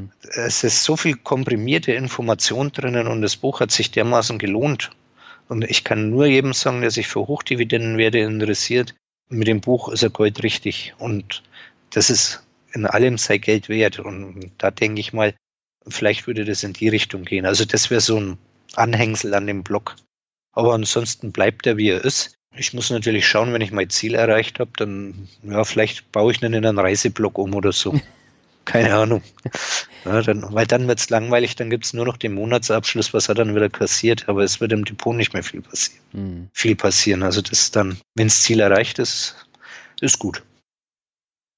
es ist so viel komprimierte Information drinnen und das Buch hat sich dermaßen gelohnt. Und ich kann nur jedem sagen, der sich für Hochdividendenwerte interessiert, mit dem Buch ist er goldrichtig. Und das ist in allem sei Geld wert. Und da denke ich mal, vielleicht würde das in die Richtung gehen. Also das wäre so ein Anhängsel an dem Blog. Aber ansonsten bleibt er, wie er ist. Ich muss natürlich schauen, wenn ich mein Ziel erreicht habe, dann, ja, vielleicht baue ich dann in einen Reiseblog um oder so. Keine Ahnung. Ja, weil dann wird es langweilig, dann gibt es nur noch den Monatsabschluss, was er dann wieder kassiert, aber es wird im Depot nicht mehr viel passieren. Also das dann, wenn das Ziel erreicht ist, ist gut.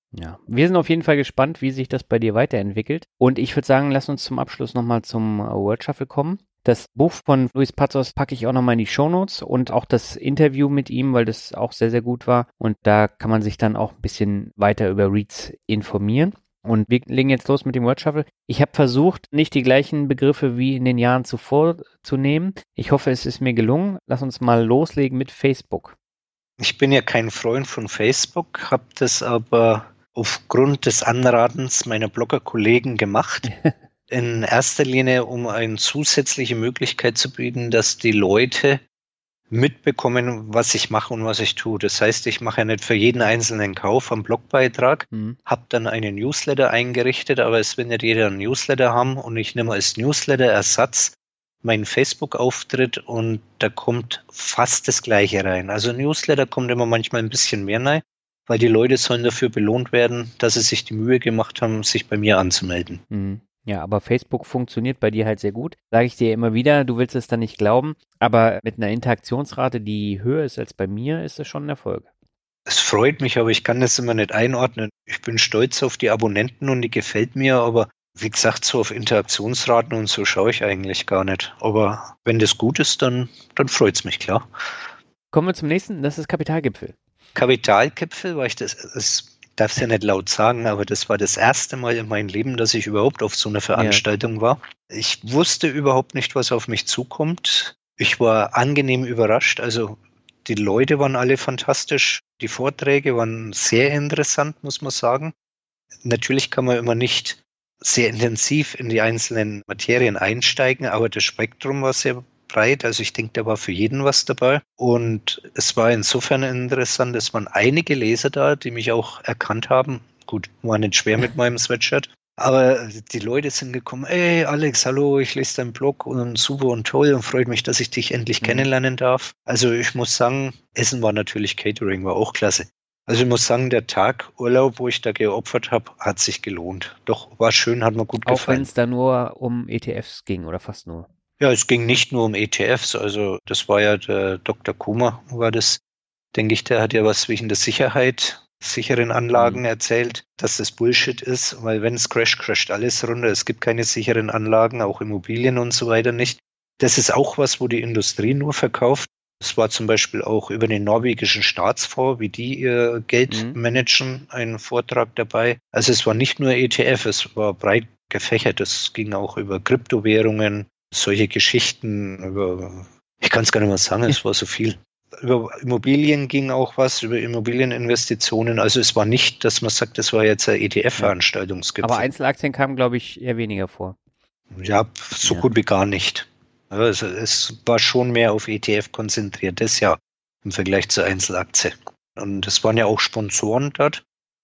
Ja, wir sind auf jeden Fall gespannt, wie sich das bei dir weiterentwickelt. Und ich würde sagen, lass uns zum Abschluss nochmal zum World Shuffle kommen. Das Buch von Luis Pazos packe ich auch nochmal in die Shownotes und auch das Interview mit ihm, weil das auch sehr, sehr gut war. Und da kann man sich dann auch ein bisschen weiter über REITs informieren. Und wir legen jetzt los mit dem Word Shuffle. Ich habe versucht, nicht die gleichen Begriffe wie in den Jahren zuvor zu nehmen. Ich hoffe, es ist mir gelungen. Lass uns mal loslegen mit Facebook. Ich bin ja kein Freund von Facebook, habe das aber aufgrund des Anratens meiner Blogger-Kollegen gemacht. In erster Linie, um eine zusätzliche Möglichkeit zu bieten, dass die Leute mitbekommen, was ich mache und was ich tue. Das heißt, ich mache ja nicht für jeden einzelnen Kauf einen Blogbeitrag, habe dann einen Newsletter eingerichtet, aber es will nicht jeder einen Newsletter haben und ich nehme als Newsletter-Ersatz meinen Facebook-Auftritt und da kommt fast das Gleiche rein. Also Newsletter kommt immer manchmal ein bisschen mehr rein, weil die Leute sollen dafür belohnt werden, dass sie sich die Mühe gemacht haben, sich bei mir anzumelden. Mhm. Ja, aber Facebook funktioniert bei dir halt sehr gut. Sage ich dir immer wieder, du willst es dann nicht glauben, aber mit einer Interaktionsrate, die höher ist als bei mir, ist es schon ein Erfolg. Es freut mich, aber ich kann das immer nicht einordnen. Ich bin stolz auf die Abonnenten und die gefällt mir, aber wie gesagt, so auf Interaktionsraten und so schaue ich eigentlich gar nicht. Aber wenn das gut ist, dann freut es mich, klar. Kommen wir zum nächsten, das ist Kapitalgipfel. Kapitalgipfel, weil ich das darf es ja nicht laut sagen, aber das war das erste Mal in meinem Leben, dass ich überhaupt auf so einer Veranstaltung war. Ich wusste überhaupt nicht, was auf mich zukommt. Ich war angenehm überrascht. Also die Leute waren alle fantastisch. Die Vorträge waren sehr interessant, muss man sagen. Natürlich kann man immer nicht sehr intensiv in die einzelnen Materien einsteigen, aber das Spektrum war sehr breit. Also ich denke, da war für jeden was dabei. Und es war insofern interessant, es waren einige Leser da, die mich auch erkannt haben. Gut, war nicht schwer mit meinem Sweatshirt. Aber die Leute sind gekommen, ey Alex, hallo, ich lese deinen Blog und super und toll und freut mich, dass ich dich endlich kennenlernen darf. Also ich muss sagen, Essen war natürlich, Catering war auch klasse. Also ich muss sagen, der Tag Urlaub, wo ich da geopfert habe, hat sich gelohnt. Doch, war schön, hat mir gut gefallen. Auch wenn es da nur um ETFs ging oder fast nur. Ja, es ging nicht nur um ETFs, also das war ja der Dr. Kummer, war das, denke ich, der hat ja was wegen der Sicherheit, sicheren Anlagen erzählt, dass das Bullshit ist, weil wenn es crasht alles runter, es gibt keine sicheren Anlagen, auch Immobilien und so weiter nicht. Das ist auch was, wo die Industrie nur verkauft. Es war zum Beispiel auch über den norwegischen Staatsfonds, wie die ihr Geld managen, ein Vortrag dabei. Also es war nicht nur ETF, es war breit gefächert, es ging auch über Kryptowährungen, solche Geschichten, ich kann es gar nicht mehr sagen, es war so viel. Über Immobilien ging auch was, über Immobilieninvestitionen. Also es war nicht, dass man sagt, das war jetzt eine ETF-Veranstaltungsgipfel. Aber Einzelaktien kamen, glaube ich, eher weniger vor. Ja, so gut wie gar nicht. Also es war schon mehr auf ETF konzentriert, das ja im Vergleich zur Einzelaktie. Und es waren ja auch Sponsoren dort.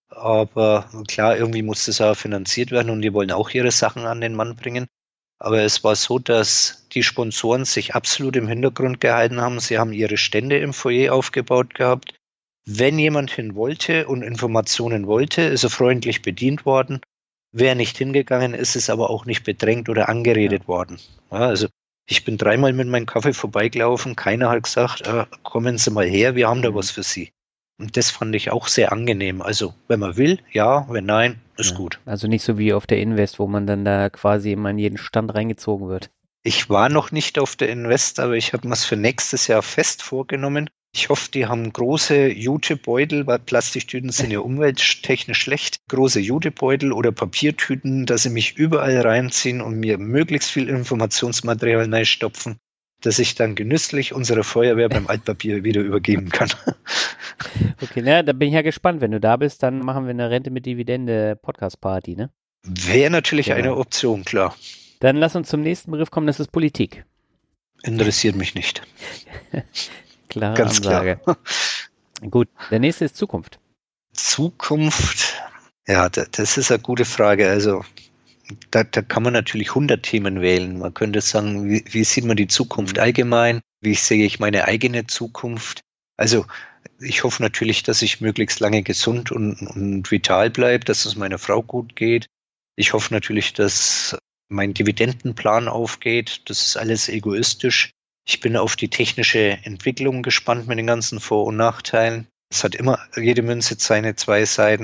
Aber klar, irgendwie muss das auch finanziert werden und die wollen auch ihre Sachen an den Mann bringen. Aber es war so, dass die Sponsoren sich absolut im Hintergrund gehalten haben. Sie haben ihre Stände im Foyer aufgebaut gehabt. Wenn jemand hin wollte und Informationen wollte, ist er freundlich bedient worden. Wer nicht hingegangen ist, ist aber auch nicht bedrängt oder angeredet worden. Ja, also ich bin 3-mal mit meinem Kaffee vorbeigelaufen. Keiner hat gesagt, kommen Sie mal her, wir haben da was für Sie. Und das fand ich auch sehr angenehm. Also wenn man will, ja, wenn nein, ist gut. Also nicht so wie auf der Invest, wo man dann da quasi immer in jeden Stand reingezogen wird. Ich war noch nicht auf der Invest, aber ich habe mir es für nächstes Jahr fest vorgenommen. Ich hoffe, die haben große Jutebeutel, weil Plastiktüten sind ja umwelttechnisch schlecht. Große Jutebeutel oder Papiertüten, dass sie mich überall reinziehen und mir möglichst viel Informationsmaterial reinstopfen, dass ich dann genüsslich unserer Feuerwehr beim Altpapier wieder übergeben kann. Okay, na, da bin ich ja gespannt. Wenn du da bist, dann machen wir eine Rente mit Dividende Podcast-Party, ne? Wäre natürlich eine Option, klar. Dann lass uns zum nächsten Begriff kommen, das ist Politik. Interessiert mich nicht. Klare Ganz Ansage. klar. Gut, der nächste ist Zukunft. Zukunft, ja, das ist eine gute Frage. Also da kann man natürlich 100 Themen wählen. Man könnte sagen, wie sieht man die Zukunft allgemein? Wie sehe ich meine eigene Zukunft? Also ich hoffe natürlich, dass ich möglichst lange gesund und vital bleibe, dass es meiner Frau gut geht. Ich hoffe natürlich, dass mein Dividendenplan aufgeht. Das ist alles egoistisch. Ich bin auf die technische Entwicklung gespannt mit den ganzen Vor- und Nachteilen. Es hat immer jede Münze seine zwei Seiten.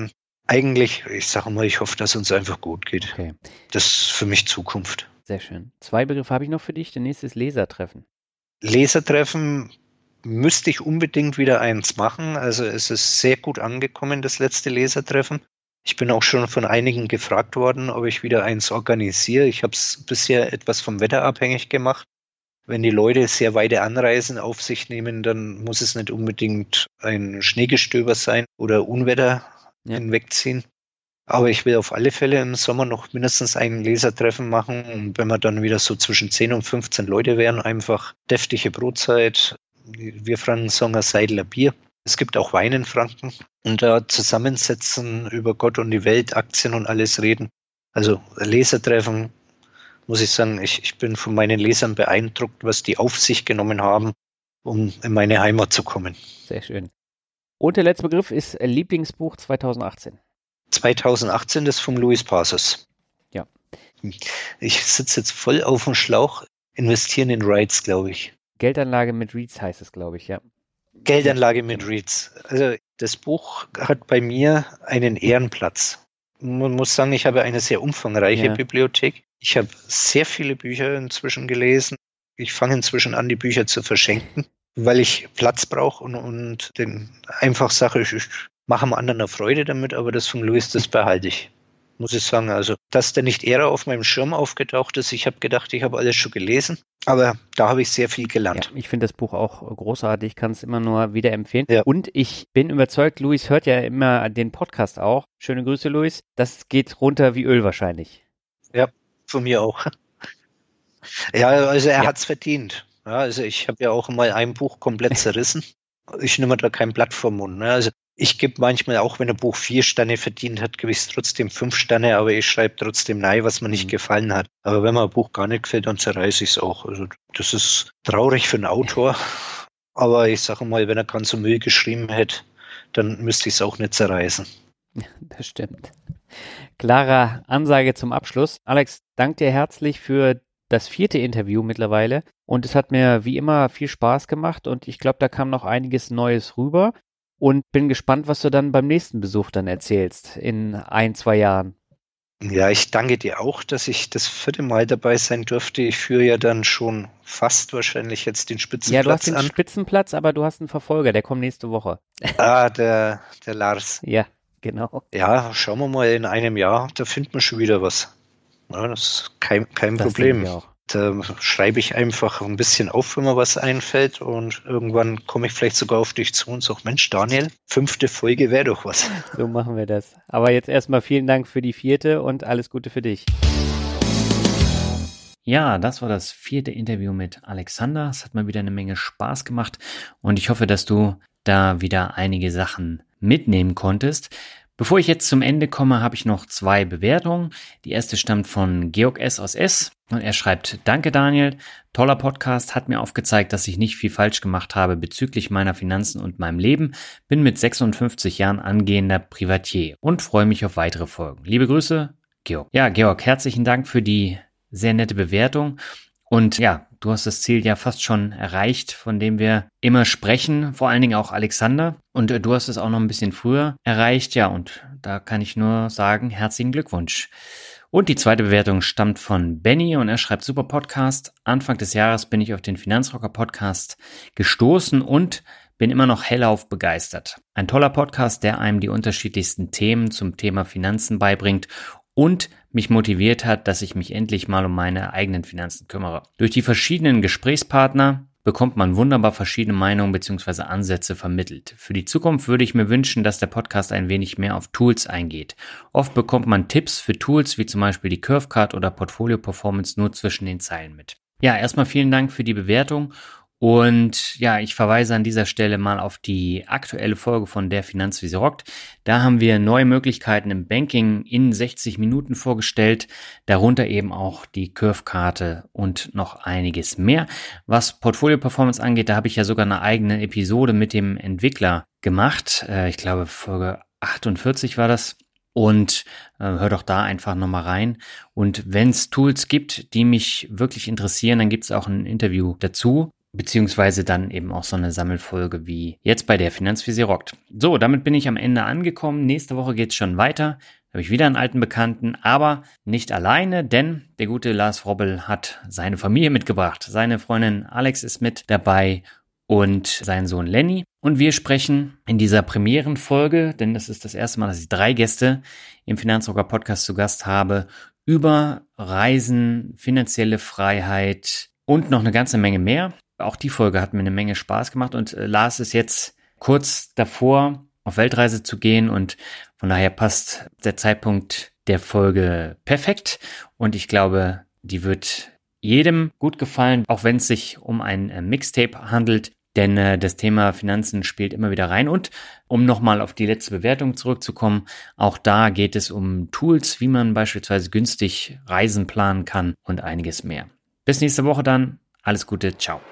Eigentlich, ich sage mal, ich hoffe, dass uns einfach gut geht. Okay. Das ist für mich Zukunft. Sehr schön. 2 Begriffe habe ich noch für dich. Der nächste ist Lesertreffen. Lesertreffen müsste ich unbedingt wieder eins machen. Also es ist sehr gut angekommen, das letzte Lesertreffen. Ich bin auch schon von einigen gefragt worden, ob ich wieder eins organisiere. Ich habe es bisher etwas vom Wetter abhängig gemacht. Wenn die Leute sehr weite Anreisen auf sich nehmen, dann muss es nicht unbedingt ein Schneegestöber sein oder Unwetter hinwegziehen. Aber ich will auf alle Fälle im Sommer noch mindestens ein Lesertreffen machen. Und wenn wir dann wieder so zwischen 10 und 15 Leute wären, einfach deftige Brotzeit. Wir Franken sagen ein Seidler Bier. Es gibt auch Wein in Franken. Und da zusammensetzen, über Gott und die Welt, Aktien und alles reden. Also Lesertreffen, muss ich sagen, ich bin von meinen Lesern beeindruckt, was die auf sich genommen haben, um in meine Heimat zu kommen. Sehr schön. Und der letzte Begriff ist Lieblingsbuch 2018. 2018, das vom Luis Pasos. Ja. Ich sitze jetzt voll auf dem Schlauch. Investieren in REITs, glaube ich. Geldanlage mit REITs heißt es, glaube ich, ja. Geldanlage mit REITs. Also das Buch hat bei mir einen Ehrenplatz. Man muss sagen, ich habe eine sehr umfangreiche Bibliothek. Ich habe sehr viele Bücher inzwischen gelesen. Ich fange inzwischen an, die Bücher zu verschenken, weil ich Platz brauche und einfach sage, ich mache am anderen eine Freude damit, aber das von Luis, das behalte ich. Muss ich sagen, also, dass der nicht eher auf meinem Schirm aufgetaucht ist. Ich habe gedacht, ich habe alles schon gelesen, aber da habe ich sehr viel gelernt. Ja, ich finde das Buch auch großartig, kann es immer nur wieder empfehlen. Ja. Und ich bin überzeugt, Luis hört ja immer den Podcast auch. Schöne Grüße, Luis. Das geht runter wie Öl wahrscheinlich. Ja, von mir auch. Ja, also er hat es verdient. Ja, also ich habe ja auch mal ein Buch komplett zerrissen. Ich nehme da kein Blatt vom Mund. Ne? Also ich gebe manchmal auch, wenn ein Buch 4 Sterne verdient hat, gebe ich es trotzdem 5 Sterne, aber ich schreibe trotzdem nein, was mir nicht gefallen hat. Aber wenn mir ein Buch gar nicht gefällt, dann zerreiße ich es auch. Also das ist traurig für einen Autor, aber ich sage mal, wenn er ganz so Müll geschrieben hätte, dann müsste ich es auch nicht zerreißen. Das stimmt. Klare Ansage zum Abschluss. Alex, danke dir herzlich für das 4. Interview mittlerweile und es hat mir wie immer viel Spaß gemacht und ich glaube, da kam noch einiges Neues rüber. Und bin gespannt, was du dann beim nächsten Besuch dann erzählst, in 1-2 Jahren. Ja, ich danke dir auch, dass ich das 4. Mal dabei sein durfte. Ich führe ja dann schon fast wahrscheinlich jetzt den Spitzenplatz an. Ja, du hast den Spitzenplatz, aber du hast einen Verfolger, der kommt nächste Woche. Ah, der Lars. Ja, genau. Ja, schauen wir mal in einem Jahr, da finden wir schon wieder was. Ja, das ist kein Das Problem. denke ich auch. Da schreibe ich einfach ein bisschen auf, wenn mir was einfällt und irgendwann komme ich vielleicht sogar auf dich zu und sage, Mensch, Daniel, 5. Folge wäre doch was. So machen wir das. Aber jetzt erstmal vielen Dank für die 4. und alles Gute für dich. Ja, das war das 4. Interview mit Alexander. Es hat mal wieder eine Menge Spaß gemacht und ich hoffe, dass du da wieder einige Sachen mitnehmen konntest. Bevor ich jetzt zum Ende komme, habe ich noch 2 Bewertungen. Die erste stammt von Georg S. aus S. Und er schreibt, danke Daniel, toller Podcast, hat mir aufgezeigt, dass ich nicht viel falsch gemacht habe bezüglich meiner Finanzen und meinem Leben. Bin mit 56 Jahren angehender Privatier und freue mich auf weitere Folgen. Liebe Grüße, Georg. Ja, Georg, herzlichen Dank für die sehr nette Bewertung. Und ja, du hast das Ziel ja fast schon erreicht, von dem wir immer sprechen, vor allen Dingen auch Alexander. Und du hast es auch noch ein bisschen früher erreicht. Ja, und da kann ich nur sagen, herzlichen Glückwunsch. Und die zweite Bewertung stammt von Benny und er schreibt, super Podcast. Anfang des Jahres bin ich auf den Finanzrocker Podcast gestoßen und bin immer noch hellauf begeistert. Ein toller Podcast, der einem die unterschiedlichsten Themen zum Thema Finanzen beibringt und mich motiviert hat, dass ich mich endlich mal um meine eigenen Finanzen kümmere. Durch die verschiedenen Gesprächspartner bekommt man wunderbar verschiedene Meinungen bzw. Ansätze vermittelt. Für die Zukunft würde ich mir wünschen, dass der Podcast ein wenig mehr auf Tools eingeht. Oft bekommt man Tipps für Tools wie zum Beispiel die Curvecard oder Portfolio Performance nur zwischen den Zeilen mit. Ja, erstmal vielen Dank für die Bewertung. Und ja, ich verweise an dieser Stelle mal auf die aktuelle Folge von Der Finanz wie sie rockt. Da haben wir neue Möglichkeiten im Banking in 60 Minuten vorgestellt, darunter eben auch die Curvekarte und noch einiges mehr. Was Portfolio Performance angeht, da habe ich ja sogar eine eigene Episode mit dem Entwickler gemacht. Ich glaube Folge 48 war das. Und hör doch da einfach nochmal rein. Und wenn es Tools gibt, die mich wirklich interessieren, dann gibt es auch ein Interview dazu. beziehungsweise dann eben auch so eine Sammelfolge wie jetzt bei der Finanzvisier rockt. So, damit bin ich am Ende angekommen. Nächste Woche geht's schon weiter. Da habe ich wieder einen alten Bekannten, aber nicht alleine, denn der gute Lars Wrobel hat seine Familie mitgebracht. Seine Freundin Alex ist mit dabei und sein Sohn Lenny. Und wir sprechen in dieser Premierenfolge, denn das ist das erste Mal, dass ich 3 Gäste im Finanzrocker Podcast zu Gast habe, über Reisen, finanzielle Freiheit und noch eine ganze Menge mehr. Auch die Folge hat mir eine Menge Spaß gemacht und Lars ist jetzt kurz davor, auf Weltreise zu gehen und von daher passt der Zeitpunkt der Folge perfekt und ich glaube, die wird jedem gut gefallen, auch wenn es sich um ein Mixtape handelt, denn das Thema Finanzen spielt immer wieder rein und um nochmal auf die letzte Bewertung zurückzukommen, auch da geht es um Tools, wie man beispielsweise günstig Reisen planen kann und einiges mehr. Bis nächste Woche dann, alles Gute, ciao.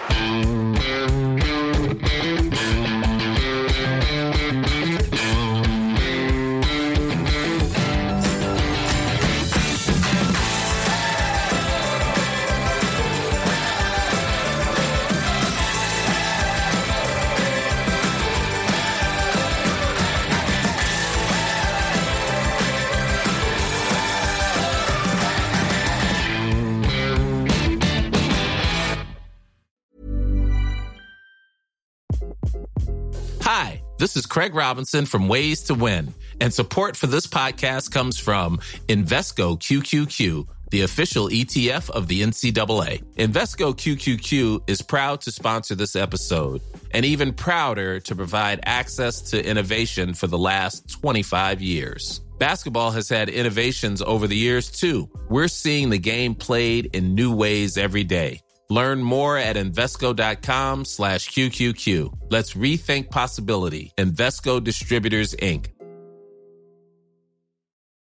Hi, this is Craig Robinson from Ways to Win, and support for this podcast comes from Invesco QQQ, the official ETF of the NCAA. Invesco QQQ is proud to sponsor this episode, and even prouder to provide access to innovation for the last 25 years. Basketball has had innovations over the years, too. We're seeing the game played in new ways every day. Learn more at Invesco.com/QQQ. Let's rethink possibility. Invesco Distributors, Inc.